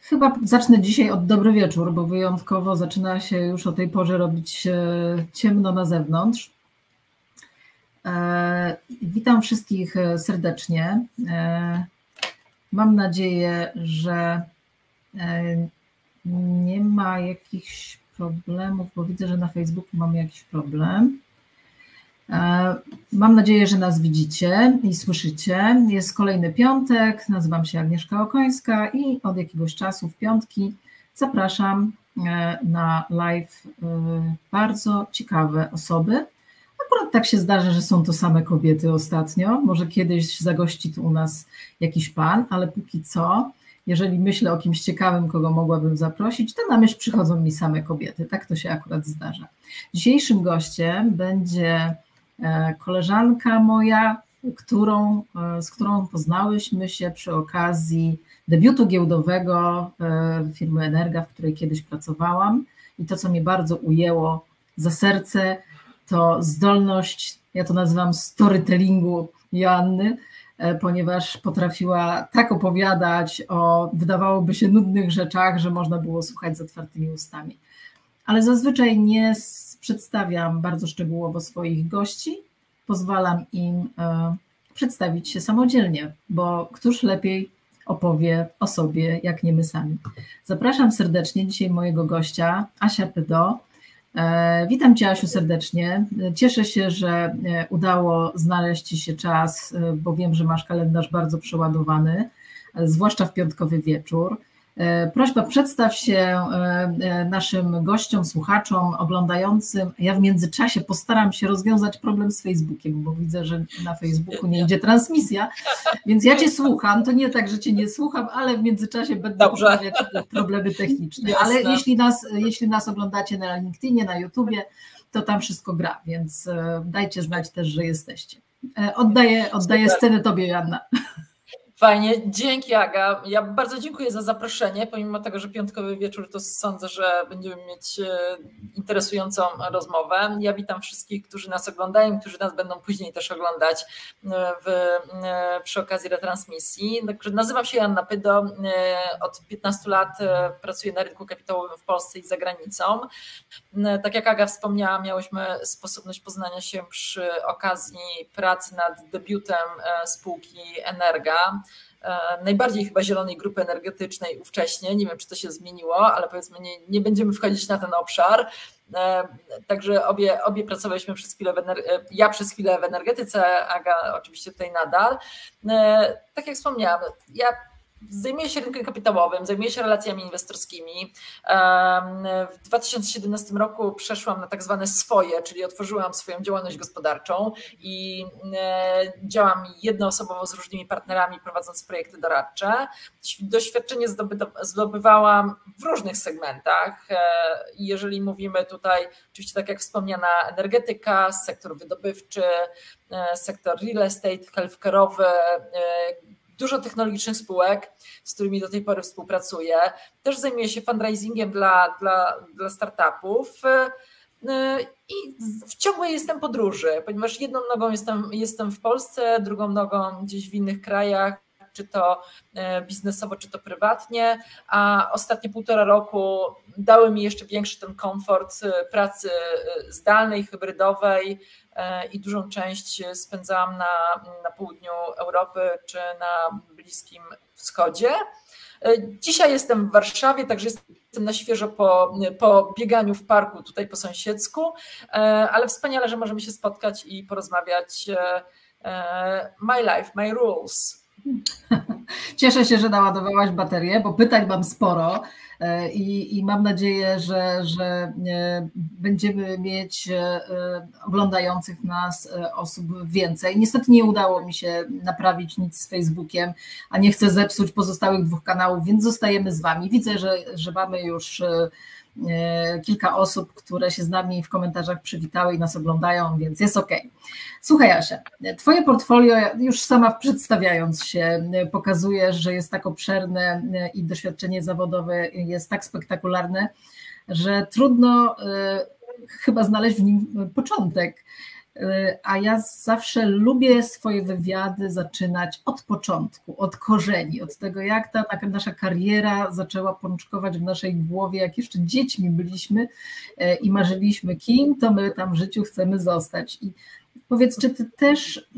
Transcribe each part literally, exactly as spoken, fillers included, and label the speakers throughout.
Speaker 1: Chyba zacznę dzisiaj od dobry wieczór, bo wyjątkowo zaczyna się już o tej porze robić ciemno na zewnątrz. Witam wszystkich serdecznie. Mam nadzieję, że nie ma jakichś problemów, bo widzę, że na Facebooku mamy jakiś problem. Mam nadzieję, że nas widzicie i słyszycie. Jest kolejny piątek, nazywam się Agnieszka Okońska i od jakiegoś czasu w piątki zapraszam na live bardzo ciekawe osoby. Akurat tak się zdarza, że są to same kobiety ostatnio. Może kiedyś zagości tu u nas jakiś pan, ale póki co, jeżeli myślę o kimś ciekawym, kogo mogłabym zaprosić, to na myśl przychodzą mi same kobiety. Tak to się akurat zdarza. Dzisiejszym gościem będzie koleżanka moja, którą, z którą poznałyśmy się przy okazji debiutu giełdowego firmy Energa, w której kiedyś pracowałam. I to, co mnie bardzo ujęło za serce, to zdolność, ja to nazywam storytellingu Joanny, ponieważ potrafiła tak opowiadać o, wydawałoby się, nudnych rzeczach, że można było słuchać z otwartymi ustami. Ale zazwyczaj nie przedstawiam bardzo szczegółowo swoich gości, pozwalam im przedstawić się samodzielnie, bo któż lepiej opowie o sobie, jak nie my sami. Zapraszam serdecznie dzisiaj mojego gościa, Asia Pydo. Witam Cię, Asiu, serdecznie. Cieszę się, że udało znaleźć Ci się czas, bo wiem, że masz kalendarz bardzo przeładowany, zwłaszcza w piątkowy wieczór. Prośba, przedstaw się naszym gościom, słuchaczom, oglądającym. Ja w międzyczasie postaram się rozwiązać problem z Facebookiem, bo widzę, że na Facebooku nie idzie transmisja, więc ja Cię słucham. To nie tak, że Cię nie słucham, ale w międzyczasie będę poprawiać problemy techniczne. Jasne. Ale jeśli nas, jeśli nas oglądacie na LinkedInie, na YouTubie, to tam wszystko gra, więc dajcie znać też, że jesteście. Oddaję, oddaję scenę Tobie, Joanna.
Speaker 2: Fajnie, dzięki, Aga. Ja bardzo dziękuję za zaproszenie, pomimo tego, że piątkowy wieczór, to sądzę, że będziemy mieć interesującą rozmowę. Ja witam wszystkich, którzy nas oglądają, którzy nas będą później też oglądać w, przy okazji retransmisji. Także nazywam się Joanna Pydo, od piętnastu lat pracuję na rynku kapitałowym w Polsce i za granicą. Tak jak Aga wspomniała, miałyśmy sposobność poznania się przy okazji pracy nad debiutem spółki Energa, najbardziej chyba zielonej grupy energetycznej ówcześnie. Nie wiem, czy to się zmieniło, ale powiedzmy nie, nie będziemy wchodzić na ten obszar. Także obie, obie pracowaliśmy przez chwilę, w ener- ja przez chwilę w energetyce, Aga oczywiście tutaj nadal. Tak jak wspomniałam, ja zajmuję się rynkiem kapitałowym, zajmuję się relacjami inwestorskimi. W dwa tysiące siedemnastym roku przeszłam na tak zwane swoje, czyli otworzyłam swoją działalność gospodarczą i działam jednoosobowo z różnymi partnerami, prowadząc projekty doradcze. Doświadczenie zdobywałam w różnych segmentach. Jeżeli mówimy tutaj, oczywiście tak jak wspomniana energetyka, sektor wydobywczy, sektor real estate, healthcare'owy, dużo technologicznych spółek, z którymi do tej pory współpracuję. Też zajmuję się fundraisingiem dla, dla, dla startupów i w ciągłej jestem podróży, ponieważ jedną nogą jestem, jestem w Polsce, drugą nogą gdzieś w innych krajach, czy to biznesowo, czy to prywatnie, a ostatnie półtora roku dały mi jeszcze większy ten komfort pracy zdalnej, hybrydowej i dużą część spędzałam na, na południu Europy czy na Bliskim Wschodzie. Dzisiaj jestem w Warszawie, także jestem na świeżo po, po bieganiu w parku tutaj po sąsiedzku, ale wspaniale, że możemy się spotkać i porozmawiać. My life, my rules.
Speaker 1: Cieszę się, że naładowałaś baterię, bo pytań mam sporo i, i mam nadzieję, że, że będziemy mieć oglądających nas osób więcej. Niestety nie udało mi się naprawić nic z Facebookiem, a nie chcę zepsuć pozostałych dwóch kanałów, więc zostajemy z Wami. Widzę, że, że mamy już kilka osób, które się z nami w komentarzach przywitały i nas oglądają, więc jest ok. Słuchaj, Asia, Twoje portfolio, już sama przedstawiając się, pokazujesz, że jest tak obszerne i doświadczenie zawodowe jest tak spektakularne, że trudno chyba znaleźć w nim początek. a ja zawsze lubię swoje wywiady zaczynać od początku, od korzeni, od tego, jak ta nasza kariera zaczęła pączkować w naszej głowie, jak jeszcze dziećmi byliśmy i marzyliśmy, kim to my tam w życiu chcemy zostać. I powiedz, czy ty też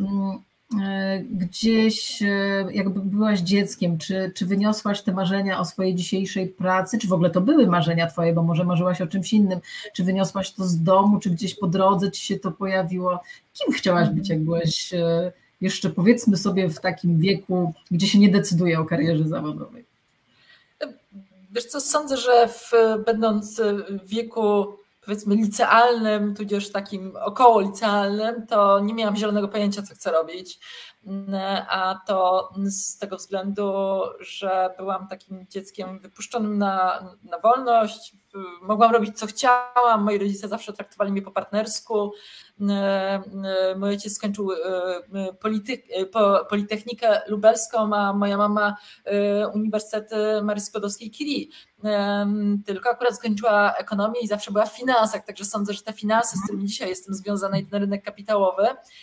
Speaker 1: gdzieś jakby byłaś dzieckiem, czy, czy wyniosłaś te marzenia o swojej dzisiejszej pracy, czy w ogóle to były marzenia twoje, bo może marzyłaś o czymś innym, czy wyniosłaś to z domu, czy gdzieś po drodze ci się to pojawiło? Kim chciałaś być, jak byłaś jeszcze, powiedzmy sobie, w takim wieku, gdzie się nie decyduje o karierze zawodowej?
Speaker 2: Wiesz co, sądzę, że w, będąc w wieku powiedzmy licealnym, tudzież takim około licealnym, to nie miałam zielonego pojęcia, co chcę robić, a to z tego względu, że byłam takim dzieckiem wypuszczonym na, na wolność, mogłam robić co chciałam, moi rodzice zawsze traktowali mnie po partnersku, mój ojciec skończył Politechnikę Lubelską, a moja mama Uniwersytet Marii Skłodowskiej-Curie, tylko akurat skończyła ekonomię i zawsze była w finansach, także sądzę, że te finanse, z którymi dzisiaj jestem związana i ten rynek kapitałowy,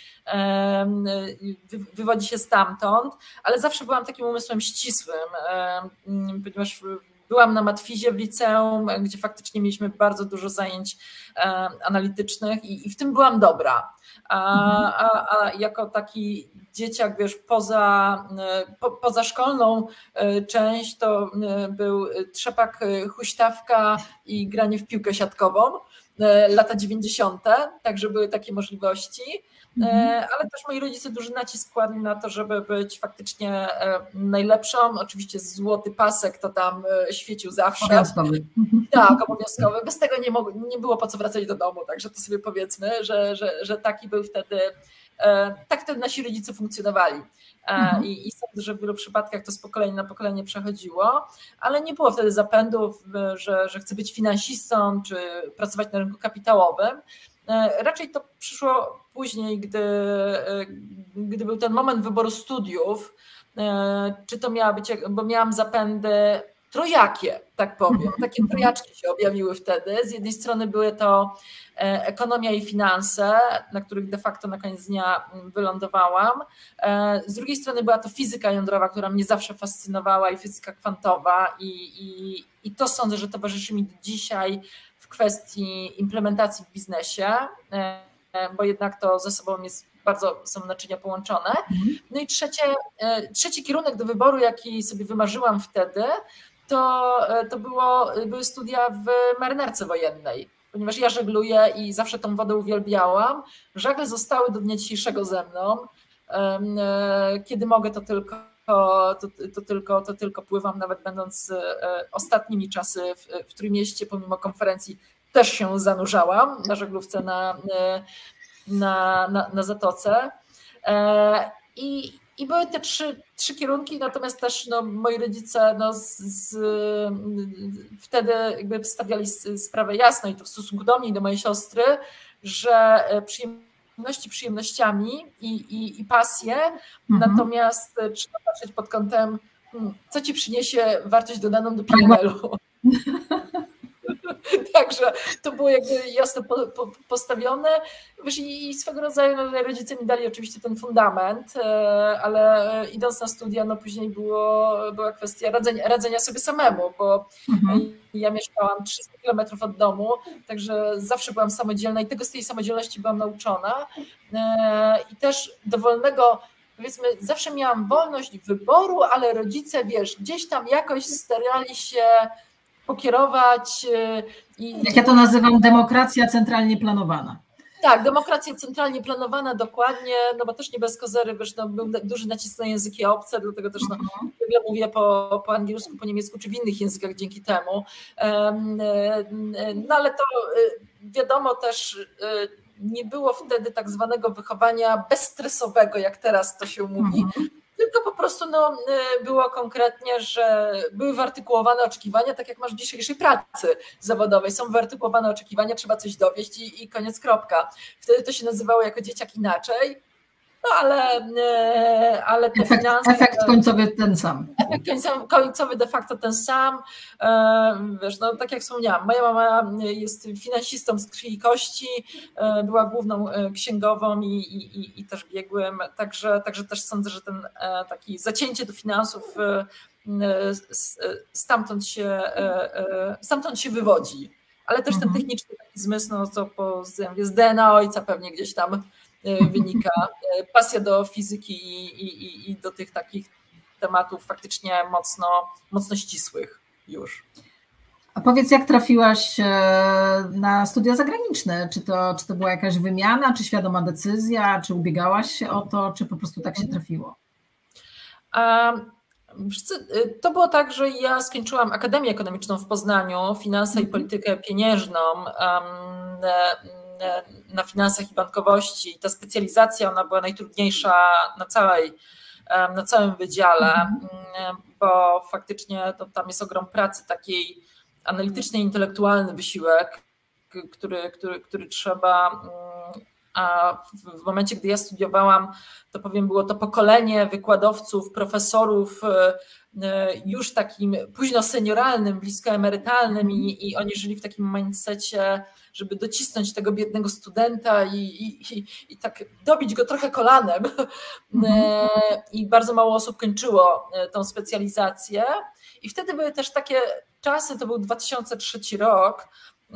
Speaker 2: wywodzi się stamtąd, ale zawsze byłam takim umysłem ścisłym, ponieważ byłam na matfizie w liceum, gdzie faktycznie mieliśmy bardzo dużo zajęć analitycznych i, i w tym byłam dobra. A, a, a jako taki dzieciak, wiesz, poza, po, pozaszkolną część to był trzepak, huśtawka i granie w piłkę siatkową, lata dziewięćdziesiąte, także były takie możliwości. Ale też moi rodzice duży nacisk kładli na to, żeby być faktycznie najlepszą. Oczywiście złoty pasek to tam świecił zawsze.
Speaker 1: Obowiązkowy.
Speaker 2: Tak, obowiązkowy. Bez tego nie, mogło, nie było po co wracać do domu, także to sobie powiedzmy, że, że, że taki był wtedy, tak wtedy nasi rodzice funkcjonowali. Mhm. I, I sądzę, że w wielu przypadkach to z pokolenia na pokolenie przechodziło, ale nie było wtedy zapędów, że, że chcę być finansistą czy pracować na rynku kapitałowym. Raczej to przyszło później, gdy, gdy był ten moment wyboru studiów, czy to miała być, bo miałam zapędy trojakie, tak powiem. Takie trojaczki się objawiły wtedy. Z jednej strony były to ekonomia i finanse, na których de facto na koniec dnia wylądowałam. Z drugiej strony była to fizyka jądrowa, która mnie zawsze fascynowała i fizyka kwantowa i, i, i to sądzę, że towarzyszy mi do dzisiaj w kwestii implementacji w biznesie, bo jednak to ze sobą jest bardzo, są naczynia połączone. No i trzecie, trzeci kierunek do wyboru, jaki sobie wymarzyłam wtedy, to, to było, były studia w marynarce wojennej, ponieważ ja żegluję i zawsze tą wodę uwielbiałam. Żagle zostały do dnia dzisiejszego ze mną. Kiedy mogę, to tylko To, to, tylko, to tylko pływam, nawet będąc ostatnimi czasy w, w Trójmieście, pomimo konferencji też się zanurzałam na żeglówce na, na, na, na Zatoce. I, i były te trzy, trzy kierunki, natomiast też no, moi rodzice no, z, z, wtedy jakby stawiali sprawę jasno i to w stosunku do mnie i do mojej siostry, że przyjemności przyjemnościami i, i, i pasje, mhm. Natomiast trzeba patrzeć pod kątem, co ci przyniesie wartość dodaną do P and L-u. Także to było jakby jasno po, po, postawione. Wiesz, i, i swego rodzaju no, rodzice mi dali oczywiście ten fundament, ale idąc na studia, no później było, była kwestia radzenia, radzenia sobie samemu, bo mhm. ja mieszkałam trzysta kilometrów od domu, także zawsze byłam samodzielna i tego z tej samodzielności byłam nauczona. I też dowolnego, powiedzmy, zawsze miałam wolność wyboru, ale rodzice, wiesz, gdzieś tam jakoś starali się pokierować. I,
Speaker 1: jak ja to nazywam, demokracja centralnie planowana.
Speaker 2: Tak, demokracja centralnie planowana, dokładnie, no bo też nie bez kozery, wiesz, no, był duży nacisk na języki obce, dlatego też no, wiele mówię po, po angielsku, po niemiecku czy w innych językach dzięki temu. No ale to wiadomo też, nie było wtedy tak zwanego wychowania bezstresowego, jak teraz to się mówi, mhm. tylko po prostu no, było konkretnie, że były wyartykułowane oczekiwania, tak jak masz w dzisiejszej pracy zawodowej. Są wyartykułowane oczekiwania, trzeba coś dowieść i, i koniec, kropka. Wtedy to się nazywało jako dzieciak inaczej. no ale, ale te
Speaker 1: efekt,
Speaker 2: finanse...
Speaker 1: Efekt końcowy ten sam.
Speaker 2: Efekt końcowy de facto ten sam. Wiesz, no tak jak wspomniałam, moja mama jest finansistą z krwi i kości, była główną księgową i, i, i też biegłym, także, także też sądzę, że ten taki zacięcie do finansów stamtąd się, stamtąd się wywodzi. Ale też ten techniczny taki zmysł, no to po, z D N A ojca pewnie gdzieś tam wynika, pasja do fizyki i, i, i do tych takich tematów faktycznie mocno, mocno ścisłych już.
Speaker 1: A powiedz, jak trafiłaś na studia zagraniczne? Czy to, czy to była jakaś wymiana, czy świadoma decyzja, czy ubiegałaś się o to, czy po prostu tak się trafiło?
Speaker 2: Um, To było tak, że ja skończyłam Akademię Ekonomiczną w Poznaniu, finanse i politykę pieniężną na finansach i bankowości. Ta specjalizacja, ona była najtrudniejsza na, całej, na całym wydziale, bo faktycznie to tam jest ogrom pracy takiej analitycznej, intelektualny wysiłek, który, który, który trzeba... A w momencie, gdy ja studiowałam, to powiem, było to pokolenie wykładowców, profesorów już takim późno senioralnym, blisko emerytalnym i, i oni żyli w takim mindsetie, żeby docisnąć tego biednego studenta i, i, i, i tak dobić go trochę kolanem. Mhm. I bardzo mało osób kończyło tą specjalizację. I wtedy były też takie czasy, to był dwa tysiące trzeci rok.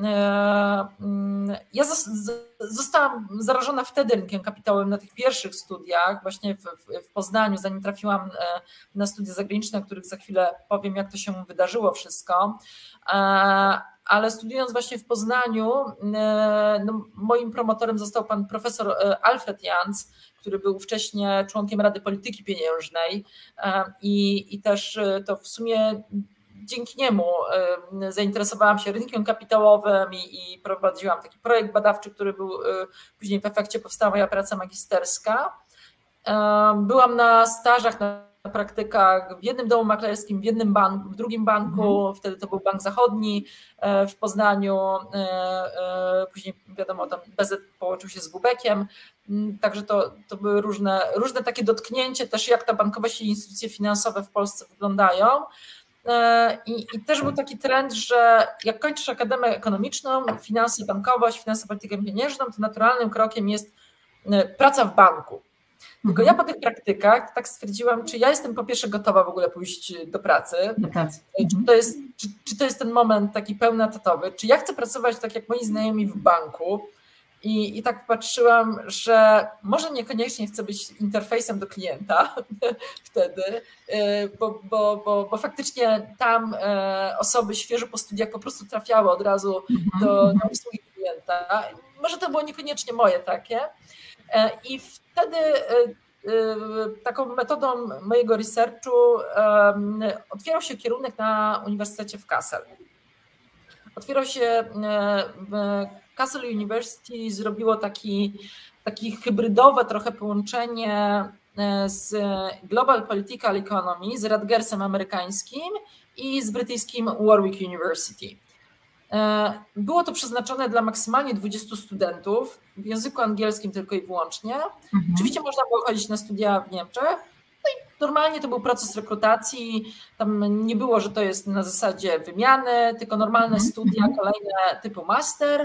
Speaker 2: Ja zostałam zarażona wtedy rynkiem kapitałowym na tych pierwszych studiach, właśnie w, w Poznaniu, zanim trafiłam na studia zagraniczne, o których za chwilę powiem, jak to się wydarzyło wszystko. Ale studiując właśnie w Poznaniu, no, moim promotorem został pan profesor Alfred Jans, który był wcześniej członkiem Rady Polityki Pieniężnej i, i też to w sumie dzięki niemu zainteresowałam się rynkiem kapitałowym i, i prowadziłam taki projekt badawczy, który był później w efekcie powstała moja praca magisterska. Byłam na stażach, na praktykach w jednym domu maklerskim, w jednym banku, w drugim banku, mhm. Wtedy to był Bank Zachodni w Poznaniu, później wiadomo, tam B Z połączył się z W B K-iem, także to, to były różne, różne takie dotknięcie też, jak ta bankowość i instytucje finansowe w Polsce wyglądają. I, I też był taki trend, że jak kończysz Akademię Ekonomiczną, finanse, bankowość, finanse, politykę pieniężną, to naturalnym krokiem jest praca w banku. Tylko ja po tych praktykach tak stwierdziłam, czy ja jestem po pierwsze gotowa w ogóle pójść do pracy, do pracy. Czy, to jest, czy, czy to jest ten moment taki pełnoetatowy, czy ja chcę pracować tak jak moi znajomi w banku. I, I tak patrzyłam, że może niekoniecznie chcę być interfejsem do klienta wtedy, bo, bo, bo, bo faktycznie tam osoby świeżo po studiach po prostu trafiały od razu do, do usługi klienta. Może to było niekoniecznie moje takie. I wtedy taką metodą mojego researchu otwierał się kierunek na Uniwersytecie w Kassel. Otwierał się Kassel University, zrobiło taki, taki hybrydowe trochę połączenie z Global Political Economy, z Rutgersem amerykańskim i z brytyjskim Warwick University. Było to przeznaczone dla maksymalnie dwudziestu studentów, w języku angielskim tylko i wyłącznie. Mhm. Oczywiście można było chodzić na studia w Niemczech. No i normalnie to był proces rekrutacji, tam nie było, że to jest na zasadzie wymiany, tylko normalne studia, kolejne typu master.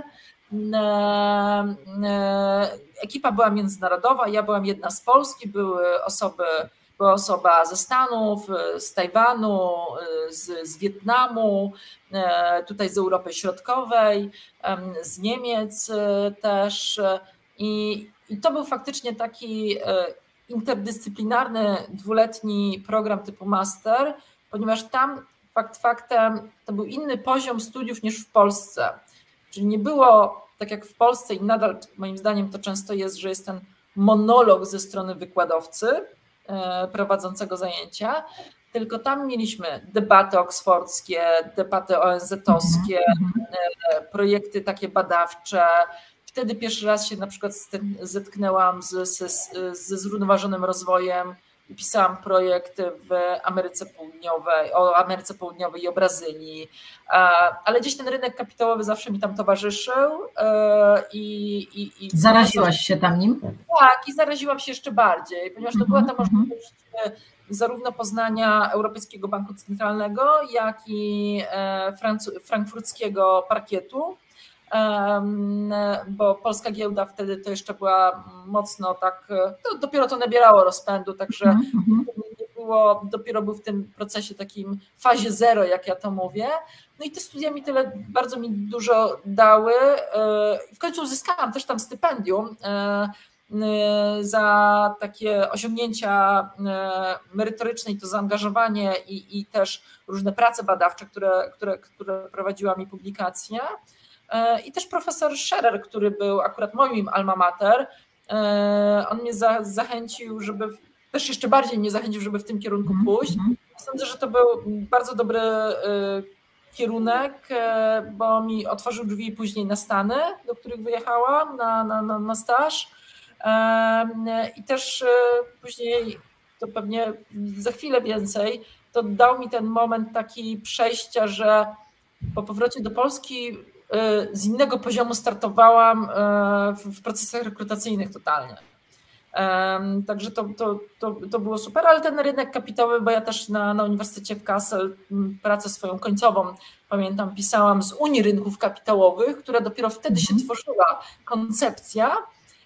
Speaker 2: Ekipa była międzynarodowa, ja byłam jedna z Polski, były osoby, była osoba ze Stanów, z Tajwanu, z, z Wietnamu, tutaj z Europy Środkowej, z Niemiec też i, i to był faktycznie taki interdyscyplinarny dwuletni program typu master, ponieważ tam fakt faktem to był inny poziom studiów niż w Polsce. Czyli nie było tak jak w Polsce i nadal moim zdaniem to często jest, że jest ten monolog ze strony wykładowcy prowadzącego zajęcia, tylko tam mieliśmy debaty oksfordzkie, debaty O N Z-owskie, projekty takie badawcze. Wtedy pierwszy raz się na przykład zetknęłam z, z, ze zrównoważonym rozwojem pisałam projekt w Ameryce Południowej, o Ameryce Południowej i o Brazylii, ale gdzieś ten rynek kapitałowy zawsze mi tam towarzyszył. I, i, i
Speaker 1: Zaraziłaś się tam nim?
Speaker 2: Tak, i zaraziłam się jeszcze bardziej, ponieważ to była ta możliwość zarówno poznania Europejskiego Banku Centralnego, jak i frankfurckiego parkietu, bo polska giełda wtedy to jeszcze była mocno tak, to dopiero to nabierało rozpędu, także mm-hmm. nie było, dopiero był w tym procesie takim fazie zero, jak ja to mówię. No i te studia mi tyle, bardzo mi dużo dały. W końcu uzyskałam też tam stypendium za takie osiągnięcia merytoryczne i to zaangażowanie i, i też różne prace badawcze, które, które, które prowadziłam i publikacje. I też profesor Scherer, który był akurat moim alma mater, on mnie za, zachęcił, żeby, też jeszcze bardziej mnie zachęcił, żeby w tym kierunku pójść. Sądzę, że to był bardzo dobry kierunek, bo mi otworzył drzwi później na Stany, do których wyjechałam na, na, na, na staż. I też później, to pewnie za chwilę więcej, to dał mi ten moment taki przejścia, że po powrocie do Polski z innego poziomu startowałam w procesach rekrutacyjnych totalnie. Także to, to, to, to było super, ale ten rynek kapitałowy, bo ja też na, na Uniwersytecie w Kassel pracę swoją końcową, pamiętam, pisałam z Unii Rynków Kapitałowych, która dopiero wtedy się tworzyła, koncepcja.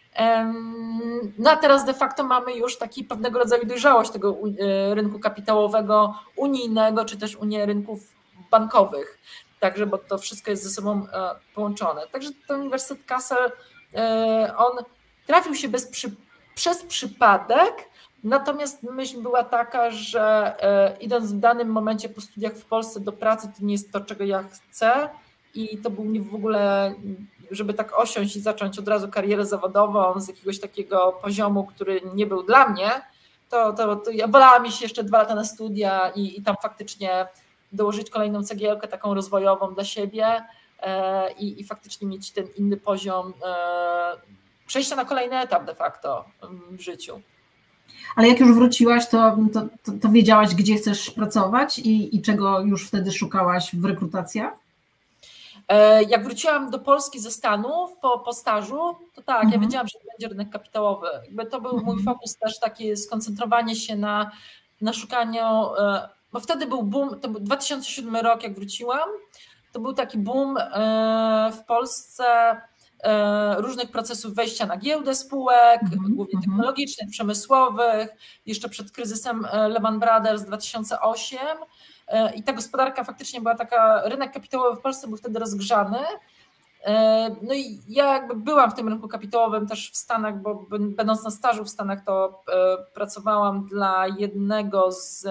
Speaker 2: No a teraz de facto mamy już taki pewnego rodzaju dojrzałość tego rynku kapitałowego unijnego, czy też Unię Rynków Bankowych. Także, bo to wszystko jest ze sobą połączone. Także ten Uniwersytet Kassel, on trafił się bez przy, przez przypadek, natomiast myśl była taka, że idąc w danym momencie po studiach w Polsce do pracy, to nie jest to, czego ja chcę i to był mi w ogóle, żeby tak osiąść i zacząć od razu karierę zawodową z jakiegoś takiego poziomu, który nie był dla mnie, to, to, to ja wolałam iść jeszcze dwa lata na studia i, i tam faktycznie dołożyć kolejną cegiełkę taką rozwojową dla siebie i, i faktycznie mieć ten inny poziom przejścia na kolejny etap de facto w życiu.
Speaker 1: Ale jak już wróciłaś, to, to, to, to wiedziałaś, gdzie chcesz pracować i, i czego już wtedy szukałaś w rekrutacjach?
Speaker 2: Jak wróciłam do Polski ze Stanów po, po stażu, to tak, mhm. ja wiedziałam, że to będzie rynek kapitałowy. Jakby to był mhm. mój fokus też, takie skoncentrowanie się na, na szukaniu, bo wtedy był boom, to był dwa tysiące siódmy rok, jak wróciłam, to był taki boom w Polsce różnych procesów wejścia na giełdę spółek, mm-hmm. głównie technologicznych, przemysłowych, jeszcze przed kryzysem Lehman Brothers dwa tysiące osiem i ta gospodarka faktycznie była taka, rynek kapitałowy w Polsce był wtedy rozgrzany. No i ja jakby byłam w tym rynku kapitałowym też w Stanach, bo będąc na stażu w Stanach, to pracowałam dla jednego z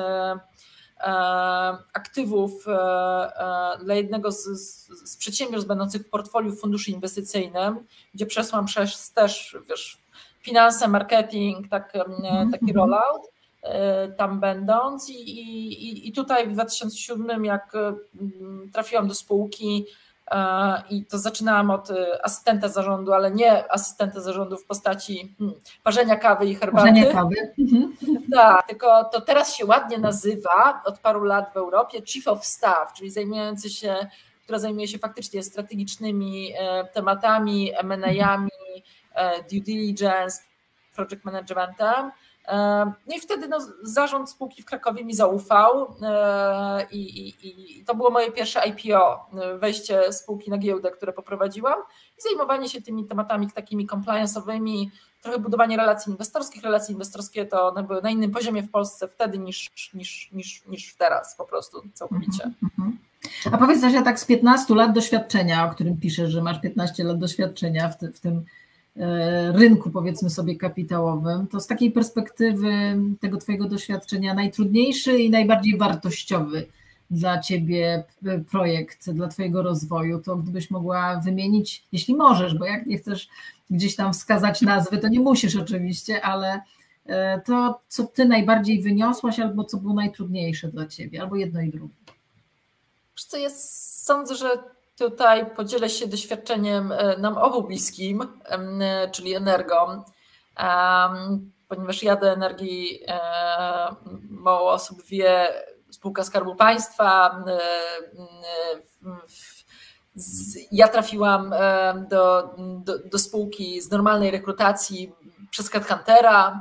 Speaker 2: aktywów, dla jednego z, z przedsiębiorstw będących w portfoliu w funduszu inwestycyjnym, gdzie przeszłam przez też, wiesz, finanse, marketing, tak, taki rollout tam będąc i, i, i tutaj w dwa tysiące siódmym, jak trafiłam do spółki i to zaczynałam od asystenta zarządu, ale nie asystenta zarządu w postaci hmm, parzenia kawy i herbaty.
Speaker 1: Parzenia kawy. Mhm.
Speaker 2: Tak, tylko to teraz się ładnie nazywa od paru lat w Europie Chief of Staff, czyli zajmujący się, która zajmuje się faktycznie strategicznymi tematami, M and A-ami, due diligence, project managementem. No i wtedy no, zarząd spółki w Krakowie mi zaufał i, i, i to było moje pierwsze I P O, wejście spółki na giełdę, które poprowadziłam i zajmowanie się tymi tematami takimi compliance'owymi, trochę budowanie relacji inwestorskich. Relacje inwestorskie to one były na innym poziomie w Polsce wtedy niż, niż, niż, niż teraz po prostu całkowicie.
Speaker 1: A powiedz też, ja tak z piętnastu lat doświadczenia, o którym piszesz, że masz piętnaście lat doświadczenia w, ty, w tym rynku, powiedzmy sobie, kapitałowym, to z takiej perspektywy tego twojego doświadczenia najtrudniejszy i najbardziej wartościowy dla ciebie projekt, dla twojego rozwoju, to gdybyś mogła wymienić, jeśli możesz, bo jak nie chcesz gdzieś tam wskazać nazwy, to nie musisz oczywiście, ale to, co ty najbardziej wyniosłaś, albo co było najtrudniejsze dla ciebie, albo jedno i drugie.
Speaker 2: Wiesz co, ja sądzę, że tutaj podzielę się doświadczeniem nam obu bliskim, czyli Energą. ponieważ ja do Energii, mało osób wie, spółka Skarbu Państwa. Ja trafiłam do, do, do spółki z normalnej rekrutacji przez Headhuntera.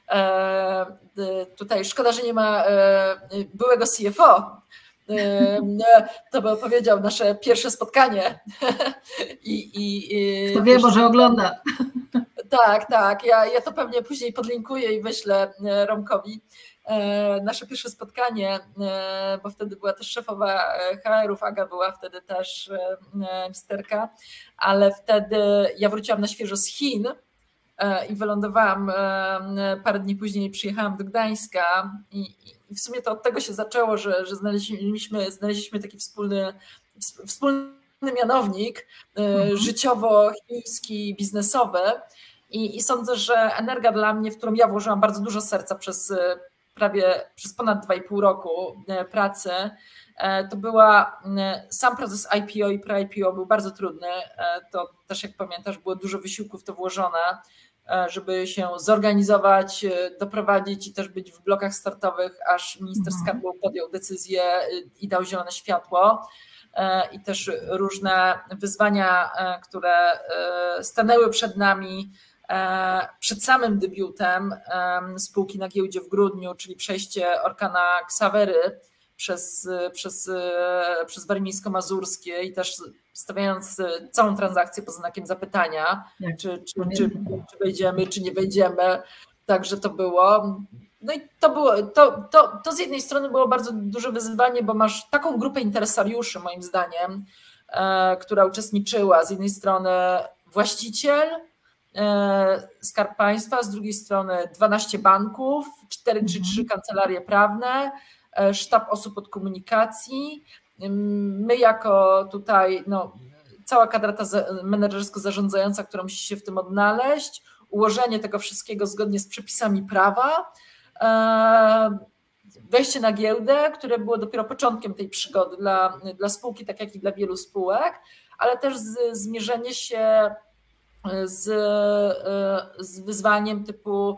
Speaker 2: Tutaj szkoda, że nie ma byłego C F O. To by opowiedział nasze pierwsze spotkanie. I, i,
Speaker 1: Kto wie, może ogląda.
Speaker 2: Tak, tak. Ja, ja to pewnie później podlinkuję i wyślę Romkowi nasze pierwsze spotkanie, bo wtedy była też szefowa H R-ów, Aga była wtedy też misterka, ale wtedy ja wróciłam na świeżo z Chin i wylądowałam parę dni później, przyjechałam do Gdańska i, i w sumie to od tego się zaczęło, że, że znaleźliśmy, znaleźliśmy taki wspólny, wspólny mianownik mhm. życiowo-chiński, biznesowy i, i sądzę, że Energa dla mnie, w którą ja włożyłam bardzo dużo serca przez prawie przez ponad dwa i pół roku pracy, to była sam proces I P O i pre-I P O był bardzo trudny. To też, jak pamiętasz, było dużo wysiłku w to włożone, żeby się zorganizować, doprowadzić i też być w blokach startowych, aż minister mhm. skarbu podjął decyzję i dał zielone światło. I też różne wyzwania, które stanęły przed nami przed samym debiutem spółki na giełdzie w grudniu, czyli przejście Orkana Xavery przez, przez, przez warmińsko-mazurskie i też stawiając całą transakcję pod znakiem zapytania, czy, czy, czy, czy wejdziemy, czy nie wejdziemy. Także to było. No i to było, to, to, to z jednej strony było bardzo duże wyzwanie, bo masz taką grupę interesariuszy, moim zdaniem, która uczestniczyła. Z jednej strony właściciel, Skarb Państwa, z drugiej strony dwanaście banków, cztery czy trzy kancelarie prawne, sztab osób od komunikacji. My jako tutaj no, cała kadra ta menedżersko-zarządzająca, która musi się w tym odnaleźć, ułożenie tego wszystkiego zgodnie z przepisami prawa, wejście na giełdę, które było dopiero początkiem tej przygody dla, dla spółki, tak jak i dla wielu spółek, ale też z, zmierzenie się Z, z wyzwaniem typu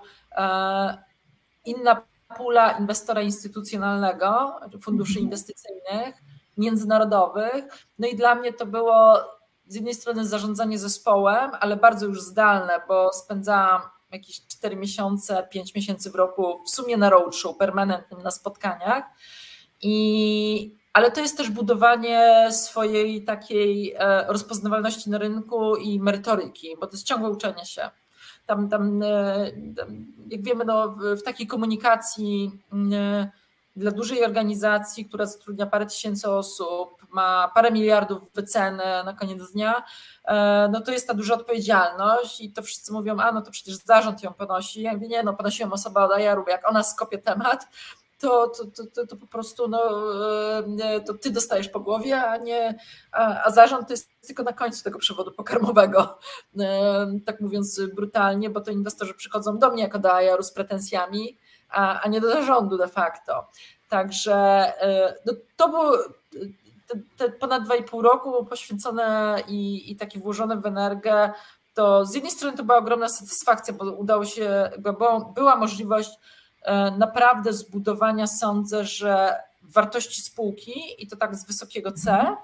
Speaker 2: inna pula inwestora instytucjonalnego, funduszy inwestycyjnych, międzynarodowych. No i dla mnie to było z jednej strony zarządzanie zespołem, ale bardzo już zdalne, bo spędzałam jakieś cztery miesiące, pięć miesięcy w roku w sumie na roadshow permanentnym, na spotkaniach. I ale to jest też budowanie swojej takiej rozpoznawalności na rynku i merytoryki, bo to jest ciągłe uczenie się. Tam, tam, tam jak wiemy, no, w takiej komunikacji dla dużej organizacji, która zatrudnia parę tysięcy osób, ma parę miliardów wyceny na koniec dnia, no to jest ta duża odpowiedzialność i to wszyscy mówią, a no to przecież zarząd ją ponosi. Ja mówię, nie, no ponosiłam osoba od A R-u, jak ona skopie temat, To, to, to, to po prostu no, to ty dostajesz po głowie, a nie, a, a zarząd to jest tylko na końcu tego przewodu pokarmowego, tak mówiąc brutalnie, bo to inwestorzy przychodzą do mnie jako do A R-u z pretensjami, a, a nie do zarządu de facto. Także no, to było te, te ponad dwa i pół roku poświęcone i, i takie włożone w energię, to z jednej strony to była ogromna satysfakcja, bo udało się, bo była możliwość naprawdę zbudowania, sądzę, że wartości spółki i to tak z wysokiego C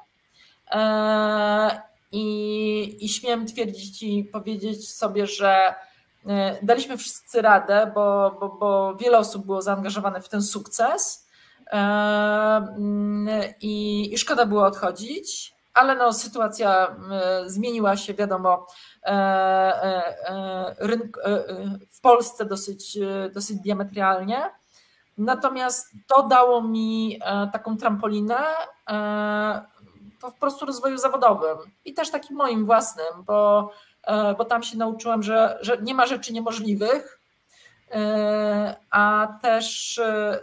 Speaker 2: i, i śmiem twierdzić i powiedzieć sobie, że daliśmy wszyscy radę, bo, bo, bo wiele osób było zaangażowane w ten sukces i, i szkoda było odchodzić, ale no, sytuacja zmieniła się, wiadomo, w Polsce dosyć, dosyć diametralnie. Natomiast to dało mi taką trampolinę po prostu rozwoju zawodowym i też takim moim własnym, bo, bo tam się nauczyłam, że, że nie ma rzeczy niemożliwych, a też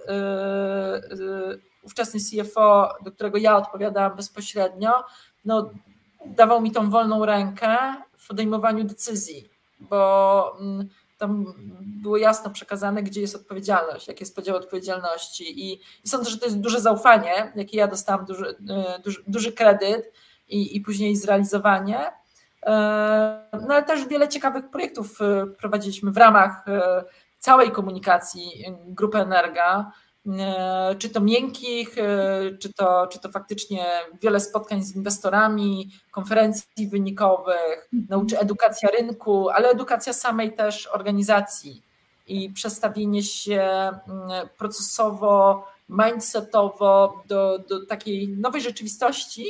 Speaker 2: ówczesny C F O, do którego ja odpowiadałam bezpośrednio, no, dawał mi tą wolną rękę w podejmowaniu decyzji, bo tam było jasno przekazane, gdzie jest odpowiedzialność, jaki jest podział odpowiedzialności i, i sądzę, że to jest duże zaufanie, jakie ja dostałam, duży, duży, duży kredyt i, i później zrealizowanie. No ale też wiele ciekawych projektów prowadziliśmy w ramach całej komunikacji Grupy Energa, czy to miękkich, czy to, czy to faktycznie wiele spotkań z inwestorami, konferencji wynikowych, nauczy edukacja rynku, ale edukacja samej też organizacji i przestawienie się procesowo, mindsetowo do, do takiej nowej rzeczywistości,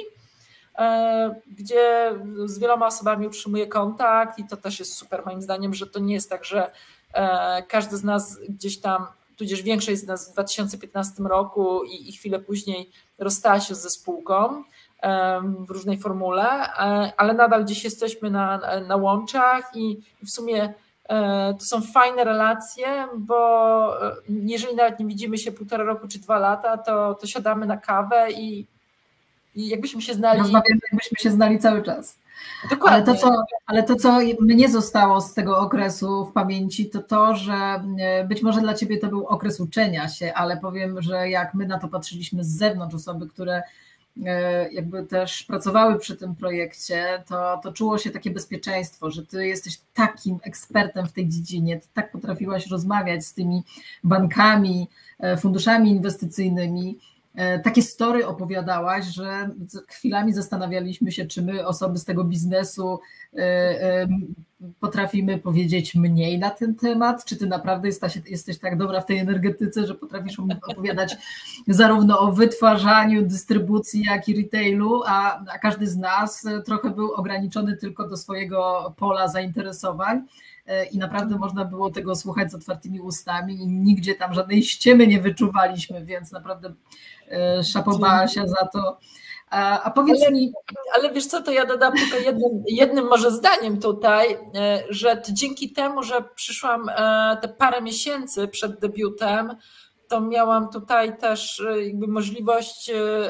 Speaker 2: gdzie z wieloma osobami utrzymuję kontakt i to też jest super moim zdaniem, że to nie jest tak, że każdy z nas gdzieś tam, tudzież większość z nas w dwa tysiące piętnastym roku i, i chwilę później rozstała się ze spółką w różnej formule, ale nadal gdzieś jesteśmy na, na łączach i w sumie to są fajne relacje, bo jeżeli nawet nie widzimy się półtora roku czy dwa lata, to, to siadamy na kawę i, i jakbyśmy się znali.
Speaker 1: Rozmawiamy, jakbyśmy się znali cały czas.
Speaker 2: Dokładnie.
Speaker 1: Ale to, co, ale to, co mnie zostało z tego okresu w pamięci, to to, że być może dla ciebie to był okres uczenia się, ale powiem, że jak my na to patrzyliśmy z zewnątrz, osoby, które jakby też pracowały przy tym projekcie, to, to czuło się takie bezpieczeństwo, że ty jesteś takim ekspertem w tej dziedzinie, ty tak potrafiłaś rozmawiać z tymi bankami, funduszami inwestycyjnymi, takie story opowiadałaś, że chwilami zastanawialiśmy się, czy my, osoby z tego biznesu, potrafimy powiedzieć mniej na ten temat, czy ty naprawdę jesteś, jesteś tak dobra w tej energetyce, że potrafisz opowiadać zarówno o wytwarzaniu, dystrybucji, jak i retailu, a, a każdy z nas trochę był ograniczony tylko do swojego pola zainteresowań i naprawdę można było tego słuchać z otwartymi ustami i nigdzie tam żadnej ściemy nie wyczuwaliśmy, więc naprawdę szapowała się za to. A, a powiedz
Speaker 2: ale,
Speaker 1: mi...
Speaker 2: Ale wiesz co, to ja dodam tylko jednym, jednym może zdaniem tutaj, że dzięki temu, że przyszłam te parę miesięcy przed debiutem, to miałam tutaj też jakby możliwość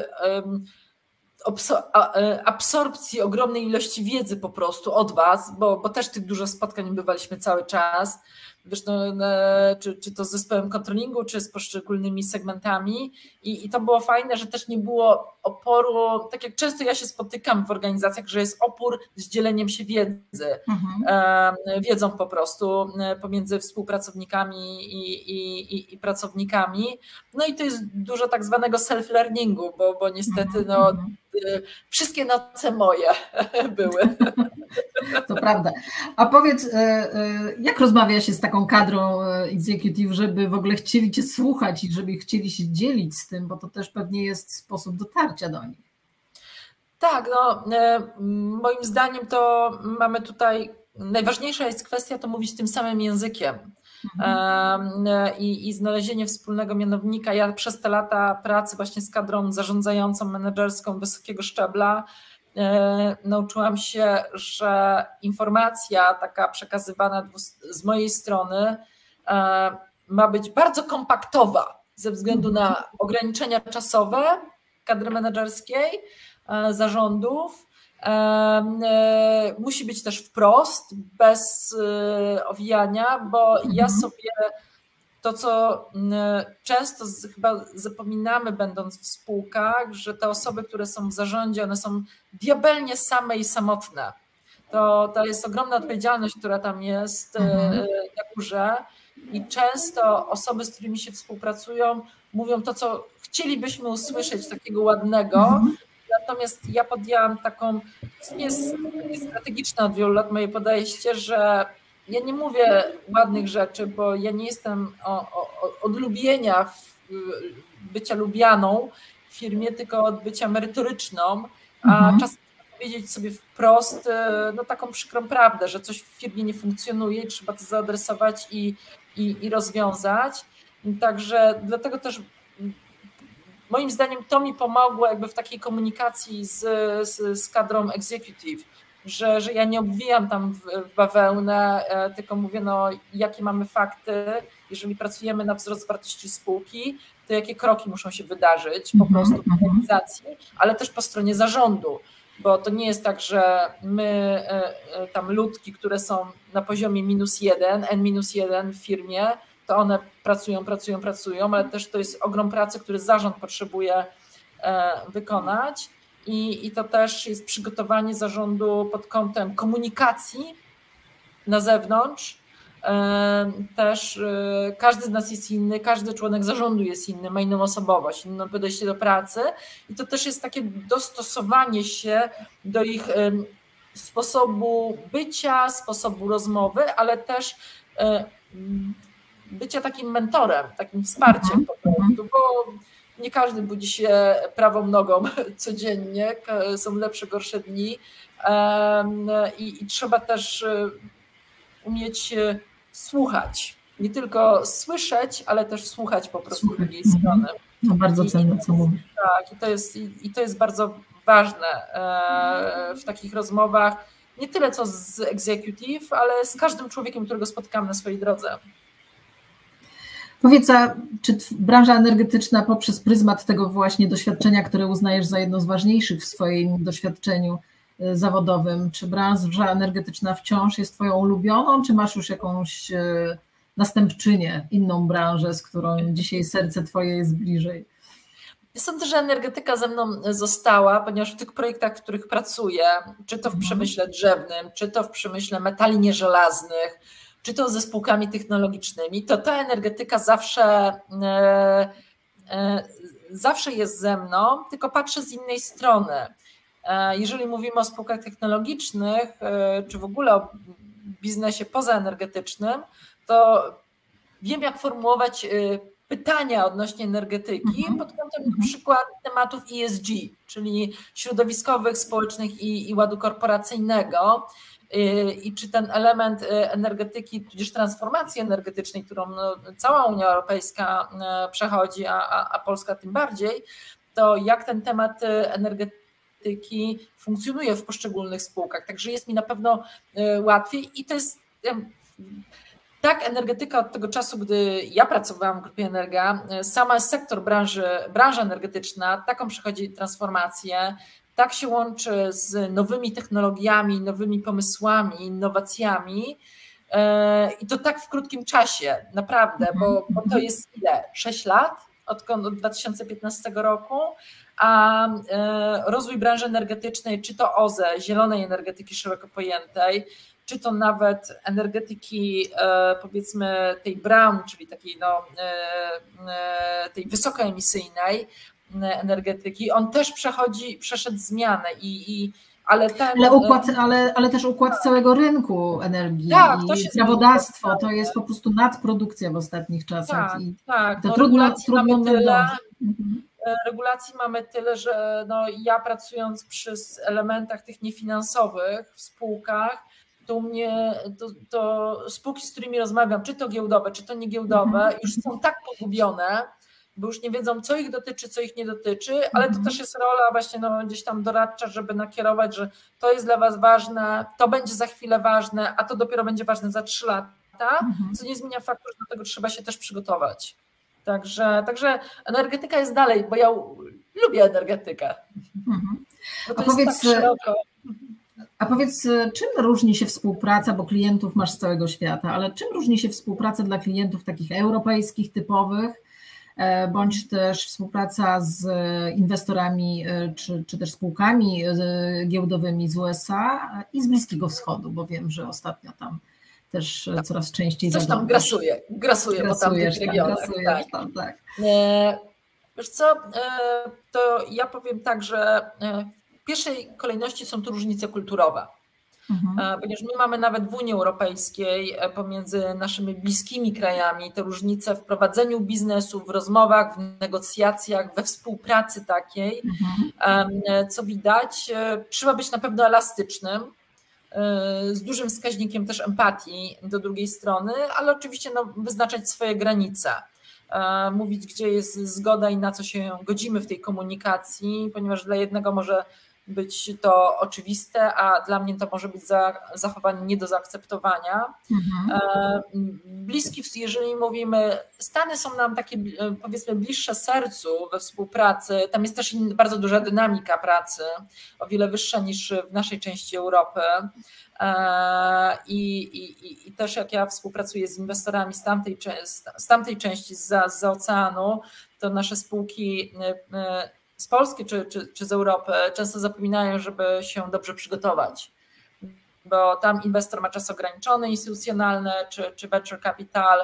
Speaker 2: absorpcji ogromnej ilości wiedzy po prostu od was, bo, bo też tych dużo spotkań bywaliśmy cały czas, wiesz, no, czy, czy to z zespołem controllingu, czy z poszczególnymi segmentami i, i to było fajne, że też nie było oporu, tak jak często ja się spotykam w organizacjach, że jest opór z dzieleniem się wiedzy, mhm. wiedzą po prostu pomiędzy współpracownikami i, i, i, i pracownikami, no i to jest dużo tak zwanego self-learningu, bo, bo niestety no, wszystkie noce moje były.
Speaker 1: To prawda. A powiedz, jak rozmawia się z taką kadrą executive, żeby w ogóle chcieli cię słuchać i żeby chcieli się dzielić z tym, bo to też pewnie jest sposób dotarcia do nich.
Speaker 2: Tak, no moim zdaniem to mamy tutaj, najważniejsza jest kwestia to mówić tym samym językiem. Mhm. I, i znalezienie wspólnego mianownika. Ja przez te lata pracy właśnie z kadrą zarządzającą, menedżerską wysokiego szczebla nauczyłam się, że informacja taka przekazywana z mojej strony ma być bardzo kompaktowa ze względu na ograniczenia czasowe kadry menedżerskiej, zarządów. Musi być też wprost, bez owijania, bo ja sobie to, co często chyba zapominamy, będąc w spółkach, że te osoby, które są w zarządzie, one są diabelnie same i samotne. To, to jest ogromna odpowiedzialność, która tam jest mhm. na górze i często osoby, z którymi się współpracują, mówią to, co chcielibyśmy usłyszeć, takiego ładnego, mhm. Natomiast ja podjęłam taką, jest strategiczne od wielu lat moje podejście, że ja nie mówię ładnych rzeczy, bo ja nie jestem o, o, od lubienia, bycia lubianą w firmie, tylko od bycia merytoryczną, a mhm. czasem powiedzieć sobie wprost no, taką przykrą prawdę, że coś w firmie nie funkcjonuje i trzeba to zaadresować i, i, i rozwiązać. Także dlatego też moim zdaniem to mi pomogło jakby w takiej komunikacji z, z, z kadrą executive, że, że ja nie obwijam tam w, w bawełnę, tylko mówię, no jakie mamy fakty, jeżeli pracujemy na wzrost wartości spółki, to jakie kroki muszą się wydarzyć po prostu w organizacji, ale też po stronie zarządu, bo to nie jest tak, że my tam ludki, które są na poziomie minus jeden, N minus jeden w firmie, to one pracują, pracują, pracują, ale też to jest ogrom pracy, który zarząd potrzebuje wykonać i, i to też jest przygotowanie zarządu pod kątem komunikacji na zewnątrz, też każdy z nas jest inny, każdy członek zarządu jest inny, ma inną osobowość, inne podejście do pracy i to też jest takie dostosowanie się do ich sposobu bycia, sposobu rozmowy, ale też bycia takim mentorem, takim wsparciem po prostu, bo nie każdy budzi się prawą nogą codziennie, są lepsze, gorsze dni i, i trzeba też umieć słuchać, nie tylko słyszeć, ale też słuchać po prostu z drugiej strony.
Speaker 1: No bardzo cenne, co mówisz.
Speaker 2: Tak, i to jest, i to jest bardzo ważne w takich rozmowach, nie tyle co z executive, ale z każdym człowiekiem, którego spotykam na swojej drodze.
Speaker 1: Powiedz, a czy branża energetyczna poprzez pryzmat tego właśnie doświadczenia, które uznajesz za jedno z ważniejszych w swoim doświadczeniu zawodowym, czy branża energetyczna wciąż jest twoją ulubioną, czy masz już jakąś następczynię, inną branżę, z którą dzisiaj serce twoje jest bliżej?
Speaker 2: Ja sądzę, że energetyka ze mną została, ponieważ w tych projektach, w których pracuję, czy to w przemyśle drzewnym, czy to w przemyśle metali nieżelaznych, czy to ze spółkami technologicznymi, to ta energetyka zawsze, e, e, zawsze jest ze mną, tylko patrzę z innej strony. E, jeżeli mówimy o spółkach technologicznych, e, czy w ogóle o biznesie pozaenergetycznym, to wiem, jak formułować e, pytania odnośnie energetyki mm-hmm. pod kątem na przykład tematów E S G, czyli środowiskowych, społecznych i, i ładu korporacyjnego. I czy ten element energetyki, tudzież transformacji energetycznej, którą no, cała Unia Europejska przechodzi, a, a, a Polska tym bardziej, to jak ten temat energetyki funkcjonuje w poszczególnych spółkach. Także jest mi na pewno łatwiej i to jest tak, energetyka od tego czasu, gdy ja pracowałam w Grupie Energa, sama sektor branży, branża energetyczna, taką przechodzi transformację, tak się łączy z nowymi technologiami, nowymi pomysłami, innowacjami i to tak w krótkim czasie, naprawdę, bo, bo to jest ile? sześć lat, odkąd od dwa tysiące piętnastego roku, a rozwój branży energetycznej, czy to O Z E, zielonej energetyki szeroko pojętej, czy to nawet energetyki powiedzmy tej brown, czyli takiej no, tej wysokoemisyjnej energetyki, on też przechodzi, przeszedł zmianę i, i ale, ten,
Speaker 1: ale, układ, ale, ale też układ tak. całego rynku energii
Speaker 2: tak,
Speaker 1: i
Speaker 2: to się
Speaker 1: prawodawstwo zmieni. To jest po prostu nadprodukcja w ostatnich czasach
Speaker 2: tak,
Speaker 1: i
Speaker 2: tak.
Speaker 1: to
Speaker 2: No,
Speaker 1: trudno, trudno
Speaker 2: mamy tyle,
Speaker 1: mhm.
Speaker 2: regulacji mamy tyle, że no, ja pracując przy elementach tych niefinansowych w spółkach, to u mnie to, to spółki, z którymi rozmawiam, czy to giełdowe, czy to niegiełdowe, mhm. już są tak pogubione, bo już nie wiedzą, co ich dotyczy, co ich nie dotyczy, ale to też jest rola właśnie no, gdzieś tam doradcza, żeby nakierować, że to jest dla was ważne, to będzie za chwilę ważne, a to dopiero będzie ważne za trzy lata, co nie zmienia faktu, że do tego trzeba się też przygotować. Także, także energetyka jest dalej, bo ja lubię energetykę.
Speaker 1: Mhm.
Speaker 2: Bo to
Speaker 1: a,
Speaker 2: jest
Speaker 1: powiedz,
Speaker 2: tak szeroko.
Speaker 1: a powiedz, czym różni się współpraca, bo klientów masz z całego świata, ale czym różni się współpraca dla klientów takich europejskich, typowych, bądź też współpraca z inwestorami czy, czy też spółkami giełdowymi z U S A i z Bliskiego Wschodu, bo wiem, że ostatnio tam też tak. coraz częściej
Speaker 2: Coś tam grasuje, grasuje po tamtych regionach.
Speaker 1: Tak. Tam, tak.
Speaker 2: Wiesz co, to ja powiem tak, że w pierwszej kolejności są tu różnice kulturowe. Mhm. Ponieważ my mamy nawet w Unii Europejskiej pomiędzy naszymi bliskimi krajami te różnice w prowadzeniu biznesu, w rozmowach, w negocjacjach, we współpracy takiej, mhm. co widać. Trzeba być na pewno elastycznym, z dużym wskaźnikiem też empatii do drugiej strony, ale oczywiście no, wyznaczać swoje granice. Mówić, gdzie jest zgoda i na co się godzimy w tej komunikacji, ponieważ dla jednego może być to oczywiste, a dla mnie to może być zachowanie nie do zaakceptowania. Mhm. Bliski, jeżeli mówimy, Stany są nam takie powiedzmy bliższe sercu we współpracy, tam jest też bardzo duża dynamika pracy, o wiele wyższa niż w naszej części Europy. I, i, i też jak ja współpracuję z inwestorami z tamtej, z tamtej części, zza, zza oceanu, to nasze spółki z Polski czy, czy, czy z Europy często zapominają, żeby się dobrze przygotować. bo tam inwestor ma czas ograniczony, instytucjonalny czy, czy venture capital.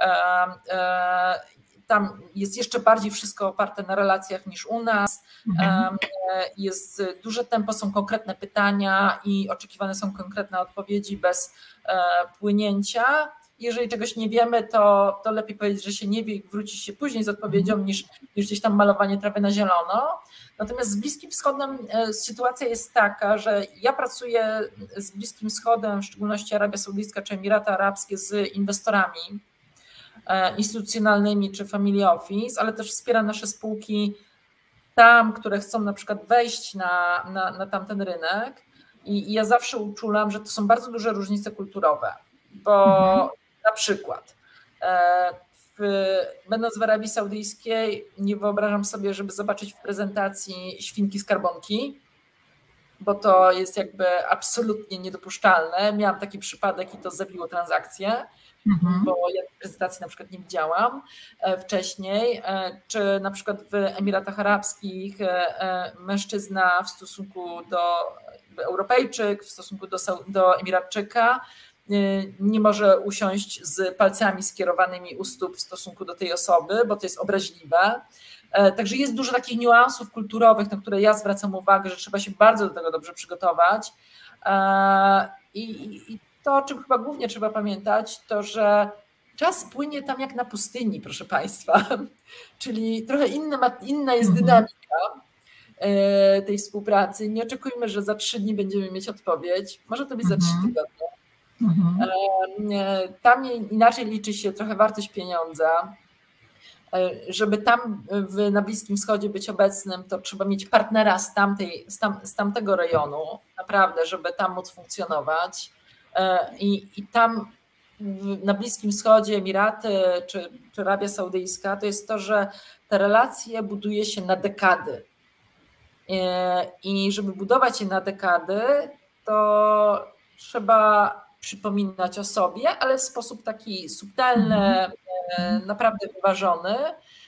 Speaker 2: Tam jest jeszcze bardziej wszystko oparte na relacjach niż u nas. Mhm. Jest duże tempo, są konkretne pytania i oczekiwane są konkretne odpowiedzi bez płynięcia. Jeżeli czegoś nie wiemy, to, to lepiej powiedzieć, że się nie wie i wrócić się później z odpowiedzią niż, niż gdzieś tam malowanie trawy na zielono. Natomiast z Bliskim Wschodem sytuacja jest taka, że ja pracuję z Bliskim Wschodem, w szczególności Arabia Saudyjska czy Emiraty Arabskie, z inwestorami instytucjonalnymi czy family office, ale też wspieram nasze spółki tam, które chcą na przykład wejść na, na, na tamten rynek i, i ja zawsze uczulam, że to są bardzo duże różnice kulturowe, bo mhm. na przykład w, będąc w Arabii Saudyjskiej nie wyobrażam sobie, żeby zobaczyć w prezentacji świnki skarbonki, bo to jest jakby absolutnie niedopuszczalne. Miałam taki przypadek i to zabiło transakcję. Mhm. Bo ja tej prezentacji na przykład nie widziałam wcześniej, czy na przykład w Emiratach Arabskich mężczyzna w stosunku do Europejczyk, w stosunku do, do Emiratczyka nie może usiąść z palcami skierowanymi u stóp w stosunku do tej osoby, bo to jest obraźliwe. Także jest dużo takich niuansów kulturowych, na które ja zwracam uwagę, że trzeba się bardzo do tego dobrze przygotować. I, i to, o czym chyba głównie trzeba pamiętać, to że czas płynie tam jak na pustyni, proszę Państwa. Czyli trochę inna, inna jest dynamika tej współpracy. Nie oczekujmy, że za trzy dni będziemy mieć odpowiedź. Może to być za trzy tygodnie. Tam inaczej liczy się trochę wartość pieniądza. Żeby tam w, na Bliskim Wschodzie być obecnym, to trzeba mieć partnera z, tamtej, z, tam, z tamtego rejonu, naprawdę, żeby tam móc funkcjonować. I, i tam na Bliskim Wschodzie, Emiraty czy, czy Arabia Saudyjska, to jest to, że te relacje buduje się na dekady. I żeby budować je na dekady, to trzeba przypominać o sobie, ale w sposób taki subtelny, naprawdę wyważony,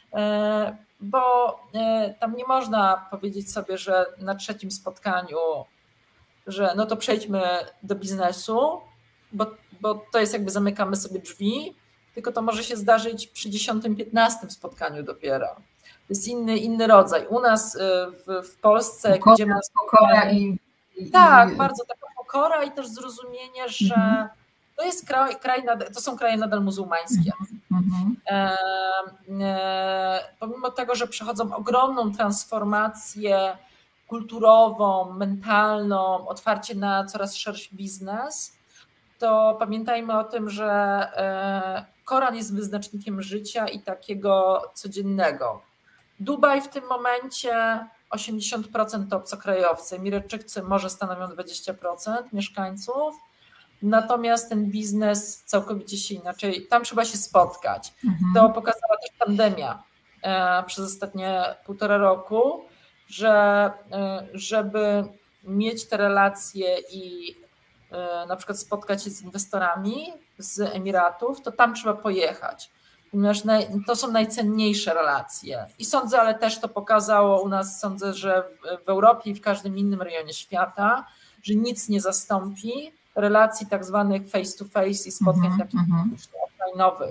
Speaker 2: bo tam nie można powiedzieć sobie, że na trzecim spotkaniu, że no to przejdźmy do biznesu, bo, bo to jest jakby zamykamy sobie drzwi, tylko to może się zdarzyć przy dziesiątym, piętnastym spotkaniu dopiero. To jest inny, inny rodzaj. U nas w, w Polsce, jak idziemy na
Speaker 1: spotkania i, i
Speaker 2: tak, bardzo taka pokora i też zrozumienie, że mhm. to jest kraj, kraj nad, to są kraje nadal muzułmańskie. Mhm. E, e, pomimo tego, że przechodzą ogromną transformację kulturową, mentalną, otwarcie na coraz szerszy biznes, to pamiętajmy o tym, że e, Koran jest wyznacznikiem życia i takiego codziennego. Dubaj w tym momencie osiemdziesiąt procent to obcokrajowcy, Emiratczycy może stanowią dwadzieścia procent mieszkańców, natomiast ten biznes całkowicie się inaczej, tam trzeba się spotkać. Mhm. To pokazała też pandemia e, przez ostatnie półtora roku, że e, żeby mieć te relacje i e, na przykład spotkać się z inwestorami z Emiratów, to tam trzeba pojechać. Ponieważ to są najcenniejsze relacje. I sądzę, ale też to pokazało u nas, sądzę, że w Europie i w każdym innym rejonie świata, że nic nie zastąpi relacji tak zwanych face to face i spotkań mm-hmm, takich offline'owych.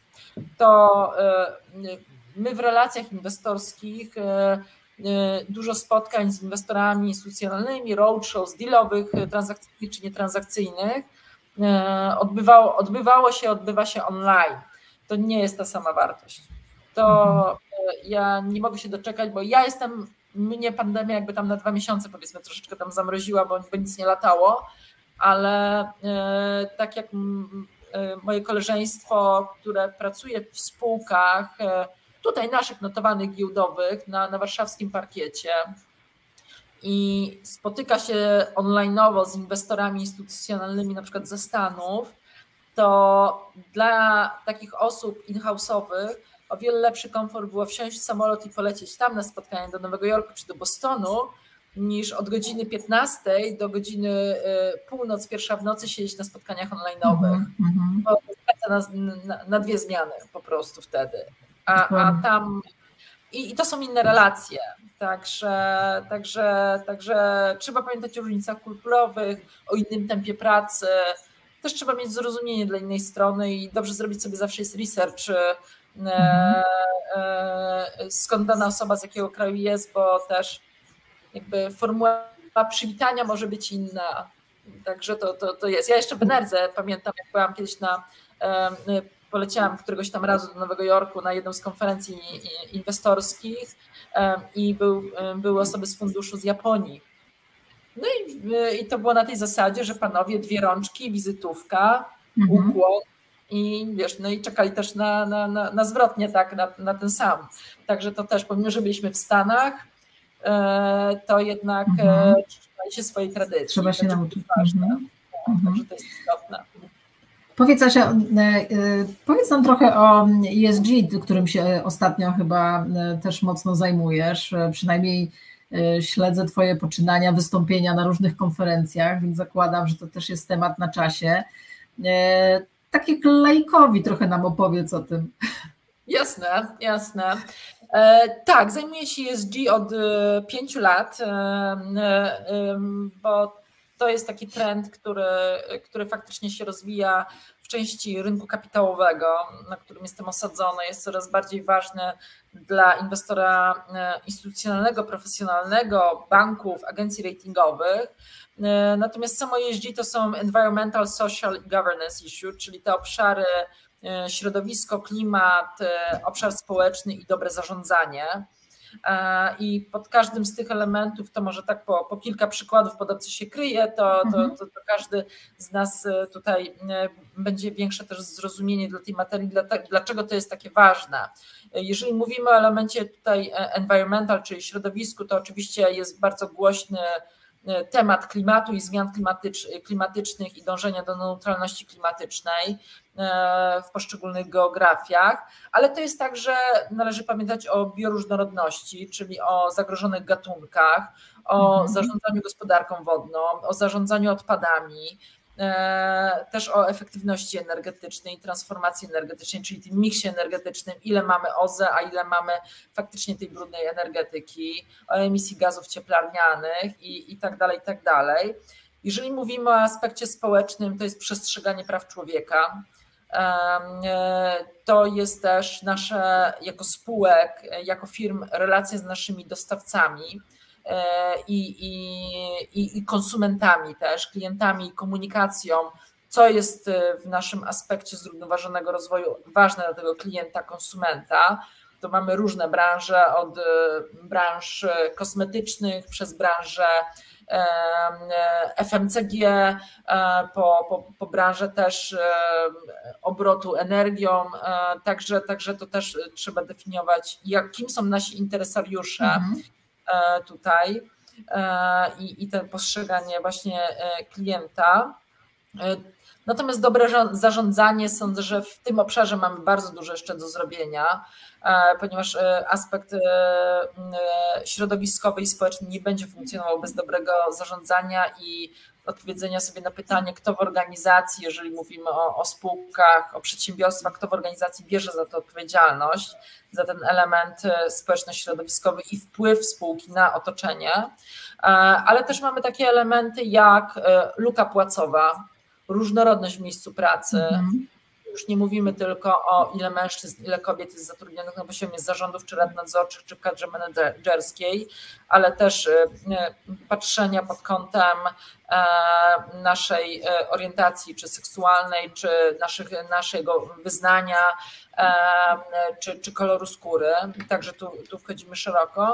Speaker 2: To my w relacjach inwestorskich dużo spotkań z inwestorami instytucjonalnymi, roadshows, dealowych, transakcyjnych czy nietransakcyjnych odbywało, odbywało się, odbywa się online. To nie jest ta sama wartość. To ja nie mogę się doczekać, bo ja jestem, mnie pandemia jakby tam na dwa miesiące powiedzmy troszeczkę tam zamroziła, bo, bo nic nie latało, ale e, tak jak m, e, moje koleżeństwo, które pracuje w spółkach e, tutaj naszych notowanych giełdowych na, na warszawskim parkiecie i spotyka się online'owo z inwestorami instytucjonalnymi na przykład ze Stanów, to dla takich osób in-house'owych o wiele lepszy komfort było wsiąść w samolot i polecieć tam na spotkanie do Nowego Jorku czy do Bostonu, niż od godziny piętnastej do godziny północ, pierwsza w nocy siedzieć na spotkaniach online'owych. Mm-hmm. Bo to jest na, na, na dwie zmiany po prostu wtedy. A, a tam i, i to są inne relacje. Także, także, także trzeba pamiętać o różnicach kulturowych, o innym tempie pracy. Też trzeba mieć zrozumienie dla innej strony i dobrze zrobić sobie zawsze jest research, mhm. skąd dana osoba z jakiego kraju jest, bo też jakby formuła przywitania może być inna. Także to, to, to jest. Ja jeszcze w Nerdze pamiętam, jak byłam kiedyś na, poleciałam któregoś tam razu do Nowego Jorku na jedną z konferencji inwestorskich i był, były osoby z funduszu z Japonii. No i, i to było na tej zasadzie, że panowie dwie rączki, wizytówka, mhm. ukłon i wiesz, no i czekali też na, na, na, na zwrotnie, tak, na, na ten sam. Także to też, pomimo że byliśmy w Stanach, to jednak mhm. trzymali się swojej tradycji.
Speaker 1: Trzeba się nauczyć.
Speaker 2: Mhm. No, mhm. Także to jest istotne.
Speaker 1: Powiedz, Asia, powiedz nam trochę o E S G, którym się ostatnio chyba też mocno zajmujesz, przynajmniej śledzę Twoje poczynania, wystąpienia na różnych konferencjach, więc zakładam, że to też jest temat na czasie. Tak jak laikowi trochę nam opowiedz o tym.
Speaker 2: Jasne, jasne. E, tak, zajmuję się E S G od pięciu lat, e, e, bo to jest taki trend, który, który faktycznie się rozwija w części rynku kapitałowego, na którym jestem osadzona, jest coraz bardziej ważny dla inwestora instytucjonalnego, profesjonalnego, banków, agencji ratingowych. Natomiast samo E S G to są environmental, social i governance issue, czyli te obszary środowisko, klimat, obszar społeczny i dobre zarządzanie. I pod każdym z tych elementów, to może tak po, po kilka przykładów podam, co się kryje, to, to, to, to każdy z nas tutaj będzie większe też zrozumienie dla tej materii, dlaczego to jest takie ważne. Jeżeli mówimy o elemencie tutaj environmental, czyli środowisku, to oczywiście jest bardzo głośny temat klimatu i zmian klimatycznych i dążenia do neutralności klimatycznej w poszczególnych geografiach, ale to jest także, należy pamiętać o bioróżnorodności, czyli o zagrożonych gatunkach, o mhm. zarządzaniu gospodarką wodną, o zarządzaniu odpadami, też o efektywności energetycznej, transformacji energetycznej, czyli tym miksie energetycznym, ile mamy O Z E, a ile mamy faktycznie tej brudnej energetyki, o emisji gazów cieplarnianych i, i tak dalej, i tak dalej. Jeżeli mówimy o aspekcie społecznym, to jest przestrzeganie praw człowieka. To jest też nasze, jako spółek, jako firm, relacje z naszymi dostawcami i, i, i konsumentami też, klientami i komunikacją, co jest w naszym aspekcie zrównoważonego rozwoju ważne dla tego klienta, konsumenta. To mamy różne branże, od branż kosmetycznych przez branżę F M C G, po, po, po branżę też obrotu energią, także, także to też trzeba definiować, jak, kim są nasi interesariusze mhm. tutaj i, i to postrzeganie właśnie klienta. Natomiast dobre zarządzanie, sądzę, że w tym obszarze mamy bardzo dużo jeszcze do zrobienia, ponieważ aspekt środowiskowy i społeczny nie będzie funkcjonował bez dobrego zarządzania i odpowiedzenia sobie na pytanie, kto w organizacji, jeżeli mówimy o, o spółkach, o przedsiębiorstwach, kto w organizacji bierze za to odpowiedzialność, za ten element społeczno-środowiskowy i wpływ spółki na otoczenie, ale też mamy takie elementy jak luka płacowa, różnorodność w miejscu pracy. Mhm. Już nie mówimy tylko o ile mężczyzn, ile kobiet jest zatrudnionych na poziomie zarządów, czy rad nadzorczych, czy w kadrze menedżerskiej, ale też patrzenia pod kątem naszej orientacji, czy seksualnej, czy naszych, naszego wyznania, czy, czy koloru skóry. Także tu, tu wchodzimy szeroko.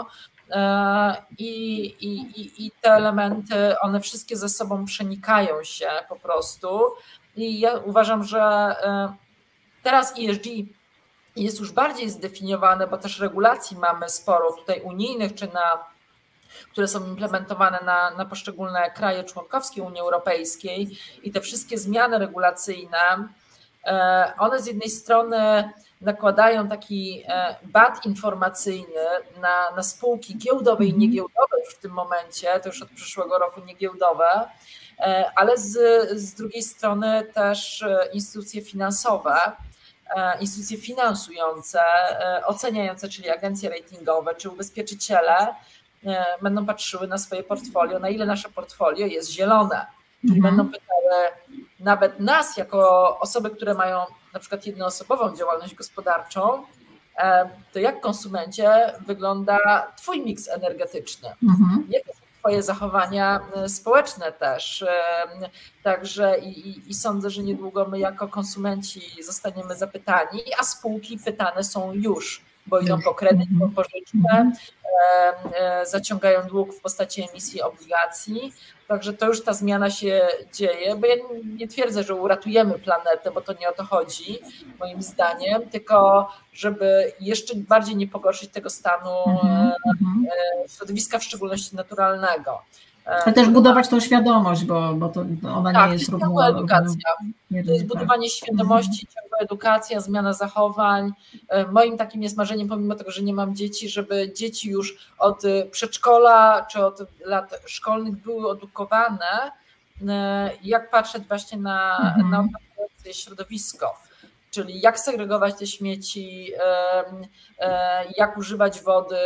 Speaker 2: I, i, i te elementy, one wszystkie ze sobą przenikają się po prostu i ja uważam, że teraz E S G jest już bardziej zdefiniowane, bo też regulacji mamy sporo tutaj unijnych, czy na, które są implementowane na, na poszczególne kraje członkowskie Unii Europejskiej i te wszystkie zmiany regulacyjne, one z jednej strony nakładają taki bat informacyjny na, na spółki giełdowe i niegiełdowe już w tym momencie, to już od przyszłego roku niegiełdowe, ale z, z drugiej strony też instytucje finansowe, instytucje finansujące, oceniające, czyli agencje ratingowe, czy ubezpieczyciele będą patrzyły na swoje portfolio, na ile nasze portfolio jest zielone. Czyli mhm. będą pytały nawet nas, jako osoby, które mają na przykład jednoosobową działalność gospodarczą, to jak konsumencie wygląda twój miks energetyczny? Mhm. Jakie są twoje zachowania społeczne też? Także i, i, i sądzę, że niedługo my jako konsumenci zostaniemy zapytani, a spółki pytane są już, bo idą po kredyt, po pożyczkę, zaciągają dług w postaci emisji obligacji. Także to już ta zmiana się dzieje, bo ja nie twierdzę, że uratujemy planetę, bo to nie o to chodzi, moim zdaniem, tylko żeby jeszcze bardziej nie pogorszyć tego stanu mm-hmm. środowiska, w szczególności naturalnego.
Speaker 1: Ale też budować tą świadomość, bo, bo to ona
Speaker 2: tak,
Speaker 1: nie jest równo.
Speaker 2: Ciągła edukacja. To jest budowanie świadomości, ciągła edukacja, zmiana zachowań. Moim takim jest marzeniem, pomimo tego, że nie mam dzieci, żeby dzieci już od przedszkola czy od lat szkolnych były edukowane, jak patrzeć właśnie na, mhm. na środowisko. Czyli jak segregować te śmieci, jak używać wody,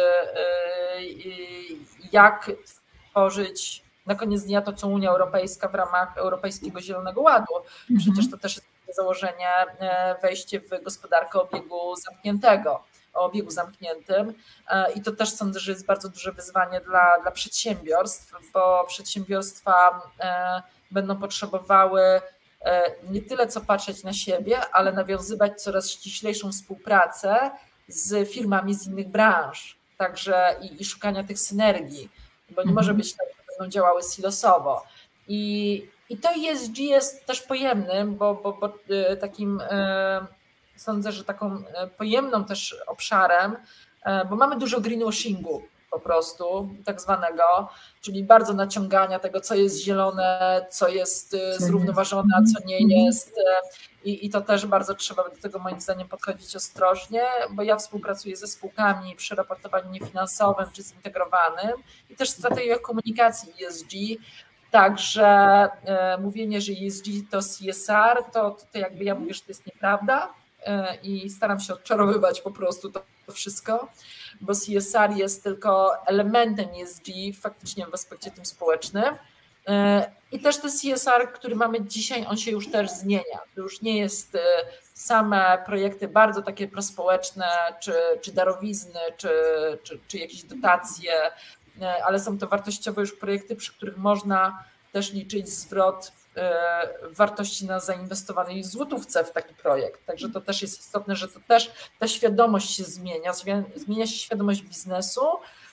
Speaker 2: jak tworzyć na koniec dnia to, co Unia Europejska w ramach Europejskiego Zielonego Ładu. Przecież to też jest założenie wejście w gospodarkę obiegu zamkniętego, o obiegu zamkniętym i to też sądzę, że jest bardzo duże wyzwanie dla, dla przedsiębiorstw, bo przedsiębiorstwa będą potrzebowały nie tyle co patrzeć na siebie, ale nawiązywać coraz ściślejszą współpracę z firmami z innych branż, także i, i szukania tych synergii, bo nie może być tak, że będą działały silosowo. I, i to E S G jest też pojemnym, bo, bo, bo takim sądzę, że taką pojemną też obszarem, bo mamy dużo greenwashingu po prostu, tak zwanego, czyli bardzo naciągania tego, co jest zielone, co jest zrównoważone, a co nie jest. I, I to też bardzo trzeba do tego moim zdaniem podchodzić ostrożnie, bo ja współpracuję ze spółkami przy raportowaniu niefinansowym czy zintegrowanym i też strategią komunikacji E S G. Także e, mówienie, że E S G to C S R, to, to jakby ja mówię, że to jest nieprawda e, i staram się odczarowywać po prostu to wszystko, bo C S R jest tylko elementem E S G faktycznie w aspekcie tym społecznym. I też ten C S R, który mamy dzisiaj, on się już też zmienia. To już nie jest same projekty bardzo takie prospołeczne, czy, czy darowizny, czy, czy, czy jakieś dotacje, ale są to wartościowe już projekty, przy których można też liczyć zwrot wartości na zainwestowanej złotówce w taki projekt. Także to też jest istotne, że to też ta świadomość się zmienia, zmienia się świadomość biznesu.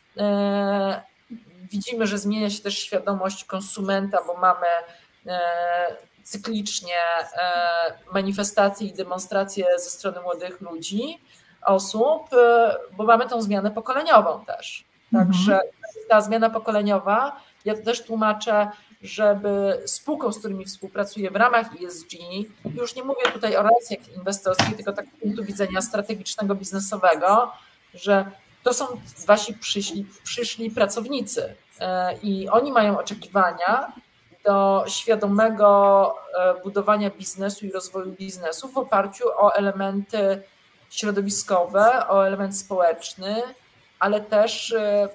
Speaker 2: Widzimy, że zmienia się też świadomość konsumenta, bo mamy cyklicznie manifestacje i demonstracje ze strony młodych ludzi, osób, bo mamy tą zmianę pokoleniową też. Także mhm. ta zmiana pokoleniowa, ja to też tłumaczę, żeby spółkom, z którymi współpracuję w ramach E S G, już nie mówię tutaj o relacjach inwestorskich, tylko tak z punktu widzenia strategicznego, biznesowego, że to są wasi przyszli, przyszli pracownicy i oni mają oczekiwania do świadomego budowania biznesu i rozwoju biznesu w oparciu o elementy środowiskowe, o element społeczny, ale też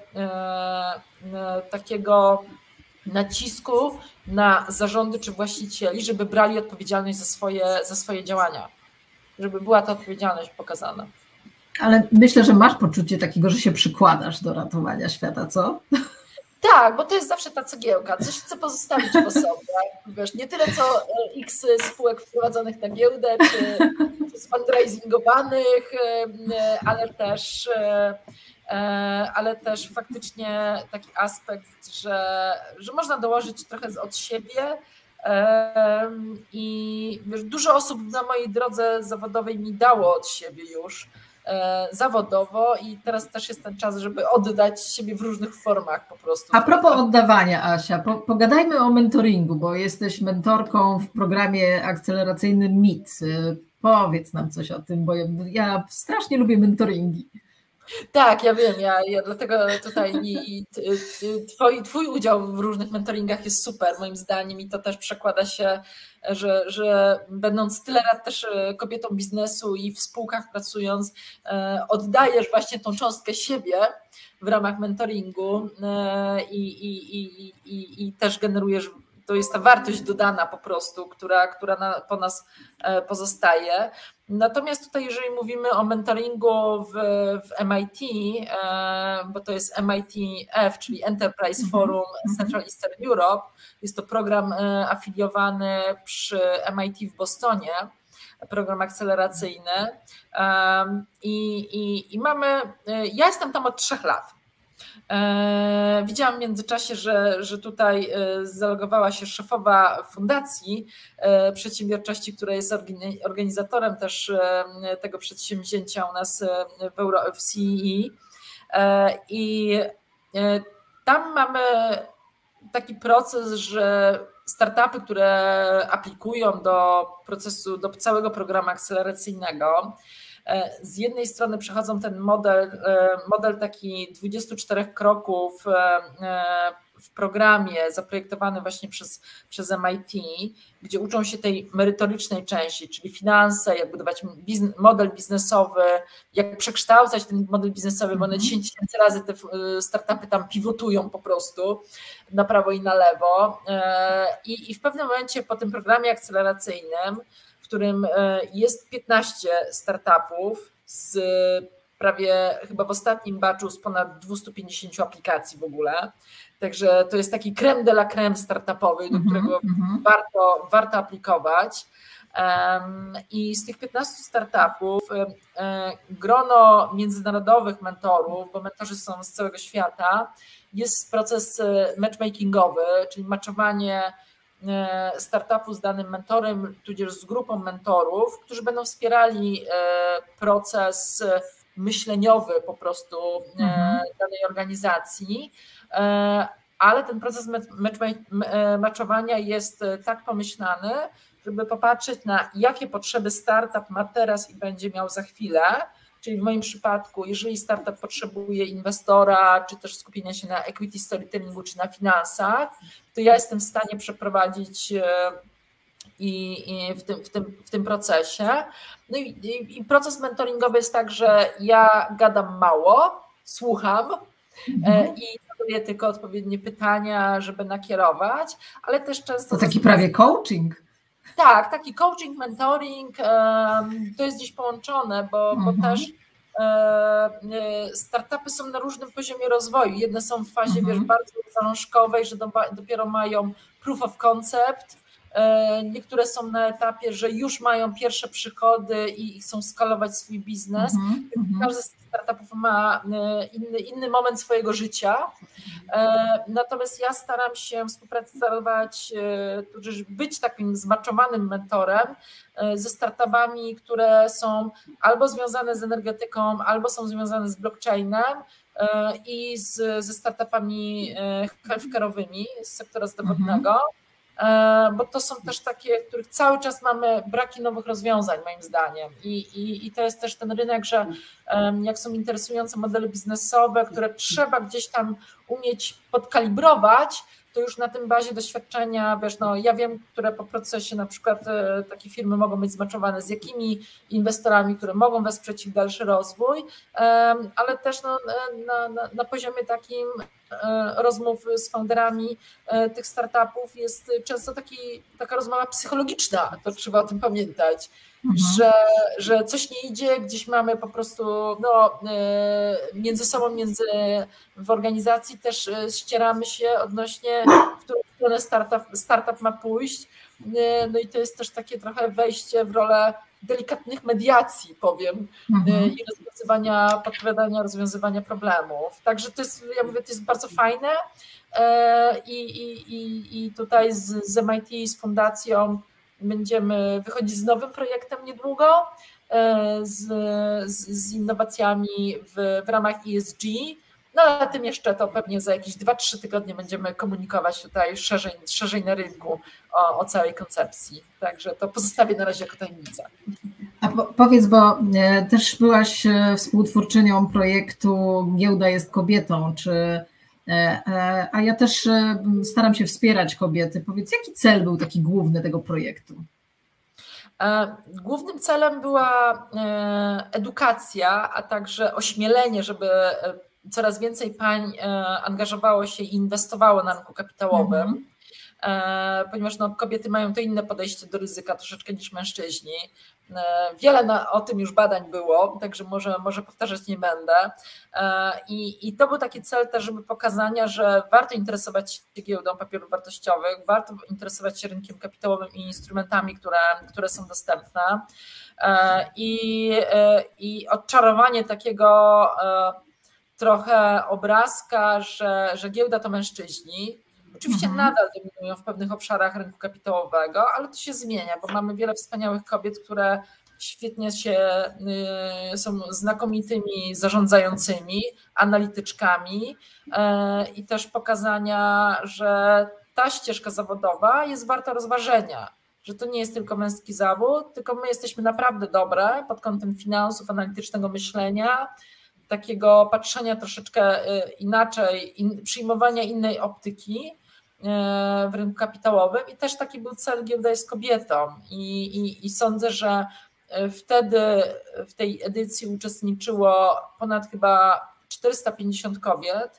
Speaker 2: takiego nacisku na zarządy czy właścicieli, żeby brali odpowiedzialność za swoje, za swoje działania, żeby była ta odpowiedzialność pokazana.
Speaker 1: Ale myślę, że masz poczucie takiego, że się przykładasz do ratowania świata, co?
Speaker 2: Tak, bo to jest zawsze ta cegiełka, coś chcę pozostawić po sobie. Wiesz, nie tyle co x spółek wprowadzonych na giełdę, czy, czy sfundraisingowanych, ale też, ale też faktycznie taki aspekt, że, że można dołożyć trochę od siebie. I wiesz, dużo osób na mojej drodze zawodowej mi dało od siebie już zawodowo i teraz też jest ten czas, żeby oddać siebie w różnych formach po prostu.
Speaker 1: A propos oddawania, Asia, po, pogadajmy o mentoringu, bo jesteś mentorką w programie akceleracyjnym M I T. Powiedz nam coś o tym, bo ja strasznie lubię mentoringi.
Speaker 2: Tak, ja wiem, ja, ja dlatego tutaj i, i twoi, twój udział w różnych mentoringach jest super moim zdaniem i to też przekłada się, że, że będąc tyle lat też kobietą biznesu i w spółkach pracując, oddajesz właśnie tą cząstkę siebie w ramach mentoringu i, i, i, i, i też generujesz, to jest ta wartość dodana po prostu, która, która na, po nas pozostaje. Natomiast tutaj, jeżeli mówimy o mentoringu w, w M I T, bo to jest M I T F, czyli Enterprise Forum Central Eastern Europe, jest to program afiliowany przy M I T w Bostonie, program akceleracyjny i, i, i mamy, ja jestem tam od trzech lat. Widziałam w międzyczasie, że, że tutaj zalogowała się szefowa Fundacji Przedsiębiorczości, która jest organizatorem też tego przedsięwzięcia u nas w, Euro, w C E E i tam mamy taki proces, że startupy, które aplikują do procesu, do całego programu akceleracyjnego, z jednej strony przechodzą ten model, model taki dwudziestu czterech kroków w programie zaprojektowany właśnie przez, przez M I T, gdzie uczą się tej merytorycznej części, czyli finanse, jak budować biznes, model biznesowy, jak przekształcać ten model biznesowy, bo one dziesięć tysięcy razy te startupy tam pivotują po prostu na prawo i na lewo. I, i w pewnym momencie po tym programie akceleracyjnym, w którym jest piętnaście startupów z prawie chyba w ostatnim batchu z ponad dwieście pięćdziesiąt aplikacji w ogóle. Także to jest taki creme de la creme startupowy, do którego mm-hmm. warto, warto aplikować. I z tych piętnastu startupów grono międzynarodowych mentorów, bo mentorzy są z całego świata, jest proces matchmakingowy, czyli matchowanie startupu z danym mentorem, tudzież z grupą mentorów, którzy będą wspierali proces myśleniowy po prostu mhm. danej organizacji, ale ten proces matchowania jest tak pomyślany, żeby popatrzeć na jakie potrzeby startup ma teraz i będzie miał za chwilę, czyli w moim przypadku, jeżeli startup potrzebuje inwestora, czy też skupienia się na equity storytellingu, czy na finansach, to ja jestem w stanie przeprowadzić i, i w, tym, w, tym, w tym procesie. No i, i, i proces mentoringowy jest tak, że ja gadam mało, słucham mhm. i zadaję tylko odpowiednie pytania, żeby nakierować, ale też często...
Speaker 1: To taki prawie coaching.
Speaker 2: Tak, taki coaching, mentoring, to jest gdzieś połączone, bo, mhm. bo też startupy są na różnym poziomie rozwoju. Jedne są w fazie mhm. wiesz, bardzo zalążkowej, że dopiero mają proof of concept, niektóre są na etapie, że już mają pierwsze przychody i chcą skalować swój biznes. Mm-hmm. Każdy z tych startupów ma inny, inny moment swojego życia. Natomiast ja staram się współpracować, być takim zmaczowanym mentorem ze startupami, które są albo związane z energetyką, albo są związane z blockchainem i z, ze startupami healthcare'owymi z sektora zdrowotnego. Mm-hmm. Bo to są też takie, w których cały czas mamy braki nowych rozwiązań moim zdaniem i, i, i to jest też ten rynek, że jak są interesujące modele biznesowe, które trzeba gdzieś tam umieć podkalibrować, to już na tym bazie doświadczenia, wiesz, no ja wiem, które po procesie na przykład takie firmy mogą być zmaczowane z jakimi inwestorami, które mogą wesprzeć ich dalszy rozwój, ale też no, na, na, na poziomie takim rozmów z founderami tych startupów jest często taki, taka rozmowa psychologiczna, to trzeba o tym pamiętać, mhm. że, że coś nie idzie, gdzieś mamy po prostu no, między sobą, między w organizacji też ścieramy się odnośnie, w którą stronę startup, startup ma pójść, no i to jest też takie trochę wejście w rolę delikatnych mediacji, powiem, mhm. i rozwiązywania, podpowiadania, rozwiązywania problemów. Także to jest, ja mówię, to jest bardzo fajne i, i, i, i tutaj z, z M I T, z fundacją będziemy wychodzić z nowym projektem niedługo, z, z, z innowacjami w, w ramach E S G. No ale tym jeszcze to pewnie za jakieś dwa trzy tygodnie będziemy komunikować tutaj szerzej, szerzej na rynku o, o całej koncepcji. Także to pozostawię na razie jako tajemnicę.
Speaker 1: A po, powiedz, bo też byłaś współtwórczynią projektu Giełda jest kobietą, czy, a ja też staram się wspierać kobiety. Powiedz, jaki cel był taki główny tego projektu?
Speaker 2: Głównym celem była edukacja, a także ośmielenie, żeby coraz więcej pań angażowało się i inwestowało na rynku kapitałowym. Mhm. Ponieważ no, kobiety mają to inne podejście do ryzyka troszeczkę niż mężczyźni. Wiele na, o tym już badań było, także może, może powtarzać nie będę. I, I to był taki cel też, żeby pokazania, że warto interesować się giełdą papierów wartościowych, warto interesować się rynkiem kapitałowym i instrumentami, które, które są dostępne. I, i odczarowanie takiego trochę obrazka, że, że giełda to mężczyźni. Oczywiście mhm. nadal dominują w pewnych obszarach rynku kapitałowego, ale to się zmienia, bo mamy wiele wspaniałych kobiet, które świetnie się są znakomitymi zarządzającymi, analityczkami i też pokazania, że ta ścieżka zawodowa jest warta rozważenia, że to nie jest tylko męski zawód, tylko my jesteśmy naprawdę dobre pod kątem finansów, analitycznego myślenia, takiego patrzenia troszeczkę inaczej, in, przyjmowania innej optyki w rynku kapitałowym i też taki był cel Giełda jest kobietą i, i, i sądzę, że wtedy w tej edycji uczestniczyło ponad chyba czterysta pięćdziesiąt kobiet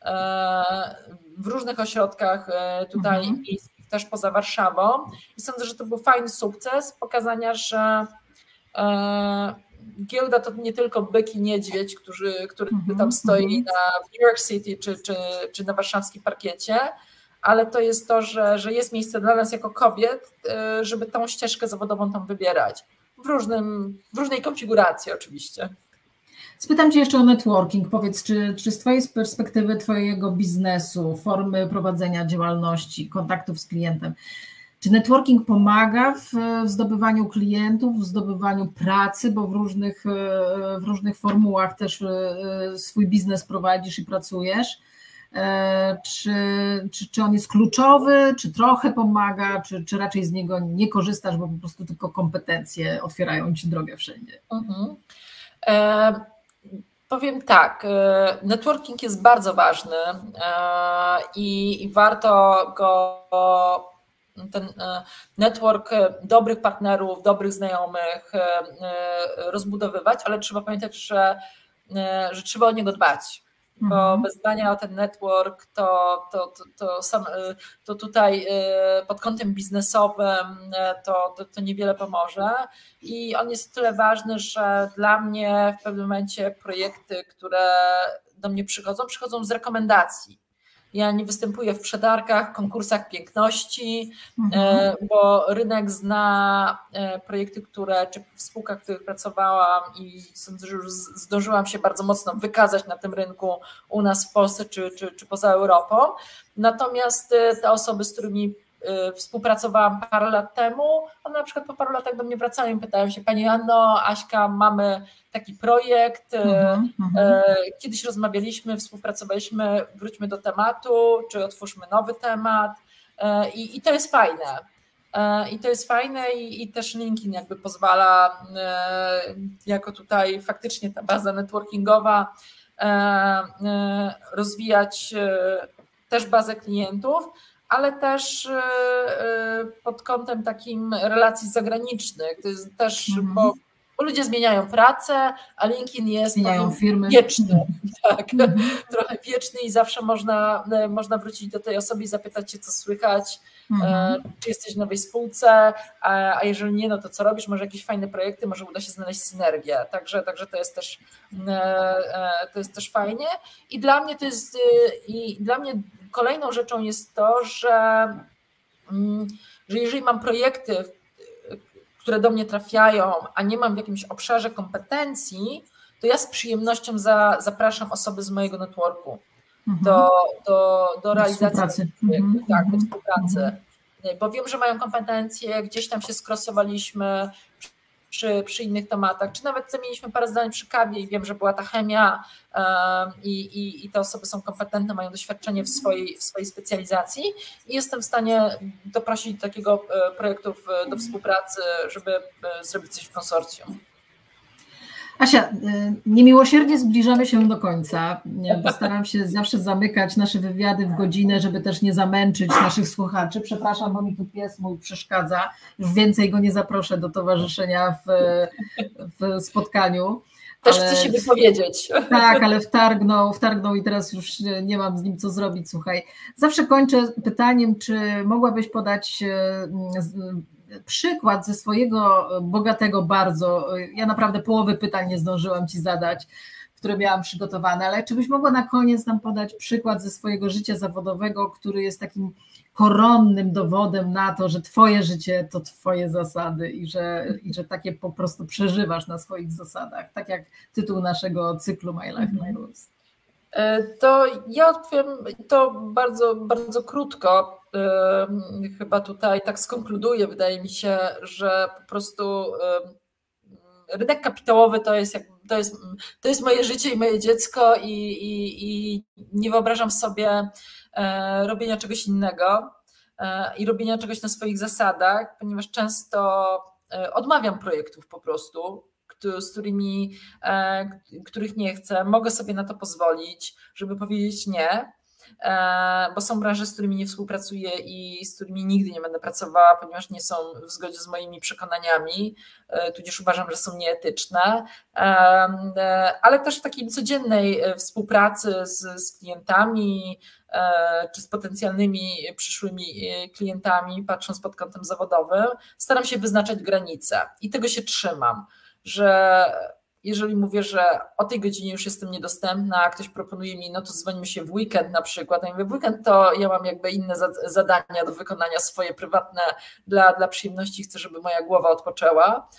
Speaker 2: w różnych ośrodkach tutaj mhm. miejskich, też poza Warszawą i sądzę, że to był fajny sukces pokazania, że giełda to nie tylko byk i niedźwiedź, który, który mm-hmm, tam stoi mm-hmm. na, w New York City czy, czy, czy na warszawskim parkiecie, ale to jest to, że, że jest miejsce dla nas jako kobiet, żeby tą ścieżkę zawodową tam wybierać. W, różnym, w różnej konfiguracji oczywiście.
Speaker 1: Spytam Cię jeszcze o networking. Powiedz, czy, czy z Twojej perspektywy Twojego biznesu, formy prowadzenia działalności, kontaktów z klientem, czy networking pomaga w zdobywaniu klientów, w zdobywaniu pracy, bo w różnych, w różnych formułach też swój biznes prowadzisz i pracujesz? Czy, czy, czy on jest kluczowy, czy trochę pomaga, czy, czy raczej z niego nie korzystasz, bo po prostu tylko kompetencje otwierają Ci drogę wszędzie? Mhm.
Speaker 2: E, powiem tak, networking jest bardzo ważny e, i, i warto go ten network dobrych partnerów, dobrych znajomych rozbudowywać, ale trzeba pamiętać, że, że trzeba o niego dbać, bo mhm. bez dbania o ten network to, to, to, to, sam, to tutaj pod kątem biznesowym to, to, to niewiele pomoże i on jest tyle ważny, że dla mnie w pewnym momencie projekty, które do mnie przychodzą, przychodzą z rekomendacji. Ja nie występuję w przetargach, konkursach piękności, mhm. bo rynek zna projekty, które, czy w spółkach, w których pracowałam i sądzę, że już zdążyłam się bardzo mocno wykazać na tym rynku u nas w Polsce czy, czy, czy poza Europą. Natomiast te osoby, z którymi współpracowałam parę lat temu, one na przykład po paru latach do mnie wracają i pytają się: Pani Anno, Aśka, mamy taki projekt, mm-hmm. kiedyś rozmawialiśmy, współpracowaliśmy, wróćmy do tematu, czy otwórzmy nowy temat i, i to jest fajne. I to jest fajne i, i też LinkedIn jakby pozwala jako tutaj faktycznie ta baza networkingowa rozwijać też bazę klientów, ale też pod kątem takim relacji zagranicznych. To jest też, mm-hmm. bo, bo ludzie zmieniają pracę, a LinkedIn jest
Speaker 1: zmieniają firmy.
Speaker 2: Wieczny, tak, mm-hmm. trochę wieczny i zawsze można, można wrócić do tej osoby i zapytać się, co słychać, mm-hmm. czy jesteś w nowej spółce, a, a jeżeli nie, no to co robisz, może jakieś fajne projekty, może uda się znaleźć synergię, także, także to jest też to jest też fajnie i dla mnie to jest i dla mnie kolejną rzeczą jest to, że, że jeżeli mam projekty, które do mnie trafiają, a nie mam w jakimś obszarze kompetencji, to ja z przyjemnością za, zapraszam osoby z mojego networku mhm. do, do, do realizacji
Speaker 1: współpracy.
Speaker 2: Mhm. Tak, do współpracy. Mhm. Bo wiem, że mają kompetencje, gdzieś tam się skrosowaliśmy, przy, przy innych tematach, czy nawet zamieniliśmy parę zdań przy kawie i wiem, że była ta chemia i, i, i te osoby są kompetentne, mają doświadczenie w swojej, w swojej specjalizacji i jestem w stanie doprosić do takiego projektu do współpracy, żeby zrobić coś w konsorcjum.
Speaker 1: Asia, niemiłosiernie zbliżamy się do końca, bo staram się zawsze zamykać nasze wywiady w godzinę, żeby też nie zamęczyć naszych słuchaczy. Przepraszam, bo mi tu pies mój przeszkadza. Już więcej go nie zaproszę do towarzyszenia w, w spotkaniu.
Speaker 2: Też ale, chcę się wypowiedzieć.
Speaker 1: Tak, ale wtargnął, wtargnął i teraz już nie mam z nim co zrobić. Słuchaj, zawsze kończę pytaniem, czy mogłabyś podać przykład ze swojego bogatego bardzo, ja naprawdę połowy pytań nie zdążyłam Ci zadać, które miałam przygotowane, ale czy byś mogła na koniec nam podać przykład ze swojego życia zawodowego, który jest takim koronnym dowodem na to, że Twoje życie to Twoje zasady i że, i że takie po prostu przeżywasz na swoich zasadach, tak jak tytuł naszego cyklu My Life, My Rules.
Speaker 2: To ja odpowiem to bardzo, bardzo krótko. Chyba tutaj tak skonkluduję. Wydaje mi się, że po prostu rynek kapitałowy to jest, to jest, to jest moje życie i moje dziecko i, i, i nie wyobrażam sobie robienia czegoś innego i robienia czegoś na swoich zasadach, ponieważ często odmawiam projektów po prostu, z którymi, których nie chcę, mogę sobie na to pozwolić, żeby powiedzieć nie, bo są branże, z którymi nie współpracuję i z którymi nigdy nie będę pracowała, ponieważ nie są w zgodzie z moimi przekonaniami, tudzież uważam, że są nieetyczne, ale też w takiej codziennej współpracy z, z klientami czy z potencjalnymi przyszłymi klientami, patrząc pod kątem zawodowym, staram się wyznaczać granice i tego się trzymam, że jeżeli mówię, że o tej godzinie już jestem niedostępna, a ktoś proponuje mi, no to dzwonimy się w weekend na przykład, a ja mówię, w weekend to ja mam jakby inne zadania do wykonania, swoje prywatne dla, dla przyjemności, chcę, żeby moja głowa odpoczęła,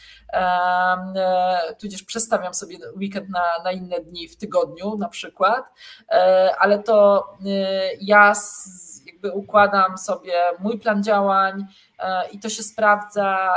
Speaker 2: tudzież przestawiam sobie weekend na, na inne dni w tygodniu na przykład, ale to ja jakby układam sobie mój plan działań i to się sprawdza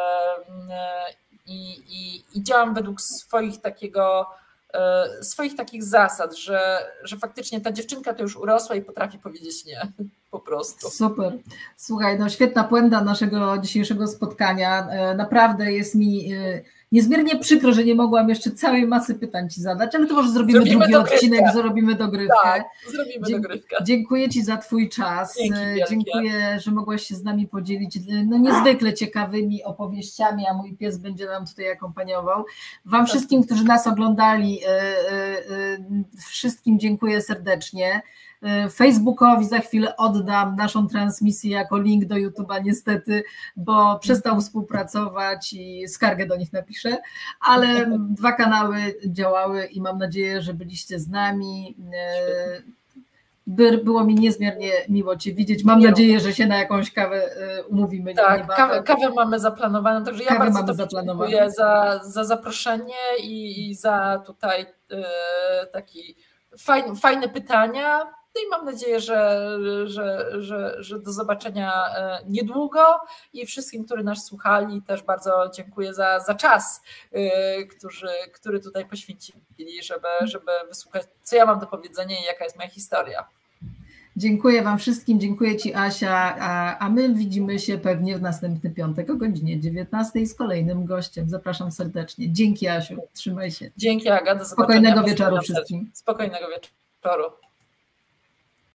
Speaker 2: I, i, i działam według swoich takiego, swoich takich zasad, że, że faktycznie ta dziewczynka to już urosła i potrafi powiedzieć nie, po prostu.
Speaker 1: Super. Słuchaj, no świetna puenta naszego dzisiejszego spotkania. Naprawdę jest mi niezmiernie przykro, że nie mogłam jeszcze całej masy pytań Ci zadać, ale to może zrobimy, zrobimy drugi dogrywkę. odcinek, zrobimy dogrywkę.
Speaker 2: Tak, zrobimy Dzie- dogrywkę.
Speaker 1: Dziękuję Ci za Twój czas.
Speaker 2: Dzięki
Speaker 1: Dziękuję, że mogłaś się z nami podzielić no, niezwykle ciekawymi opowieściami, a mój pies będzie nam tutaj akompaniował. Wam wszystkim, którzy nas oglądali, wszystkim dziękuję serdecznie. Facebookowi za chwilę oddam naszą transmisję jako link do YouTube'a niestety, bo przestał współpracować i skargę do nich napiszę, ale dwa kanały działały i mam nadzieję, że byliście z nami. By, było mi niezmiernie miło Cię widzieć. Mam miło. nadzieję, że się na jakąś kawę umówimy.
Speaker 2: Tak, kawę, kawę mamy zaplanowaną, także ja
Speaker 1: kawę
Speaker 2: bardzo dziękuję za, za zaproszenie i, i za tutaj y, taki fajny, fajne pytania. No i mam nadzieję, że, że, że, że do zobaczenia niedługo i wszystkim, którzy nas słuchali, też bardzo dziękuję za, za czas, który, który tutaj poświęcili, żeby, żeby wysłuchać, co ja mam do powiedzenia i jaka jest moja historia.
Speaker 1: Dziękuję Wam wszystkim, dziękuję Ci Asia, a, a my widzimy się pewnie w następny piątek o godzinie dziewiętnastej z kolejnym gościem. Zapraszam serdecznie. Dzięki Asiu, trzymaj się.
Speaker 2: Dzięki Aga, do zobaczenia.
Speaker 1: Spokojnego wieczoru wszystkim.
Speaker 2: Spokojnego wieczoru.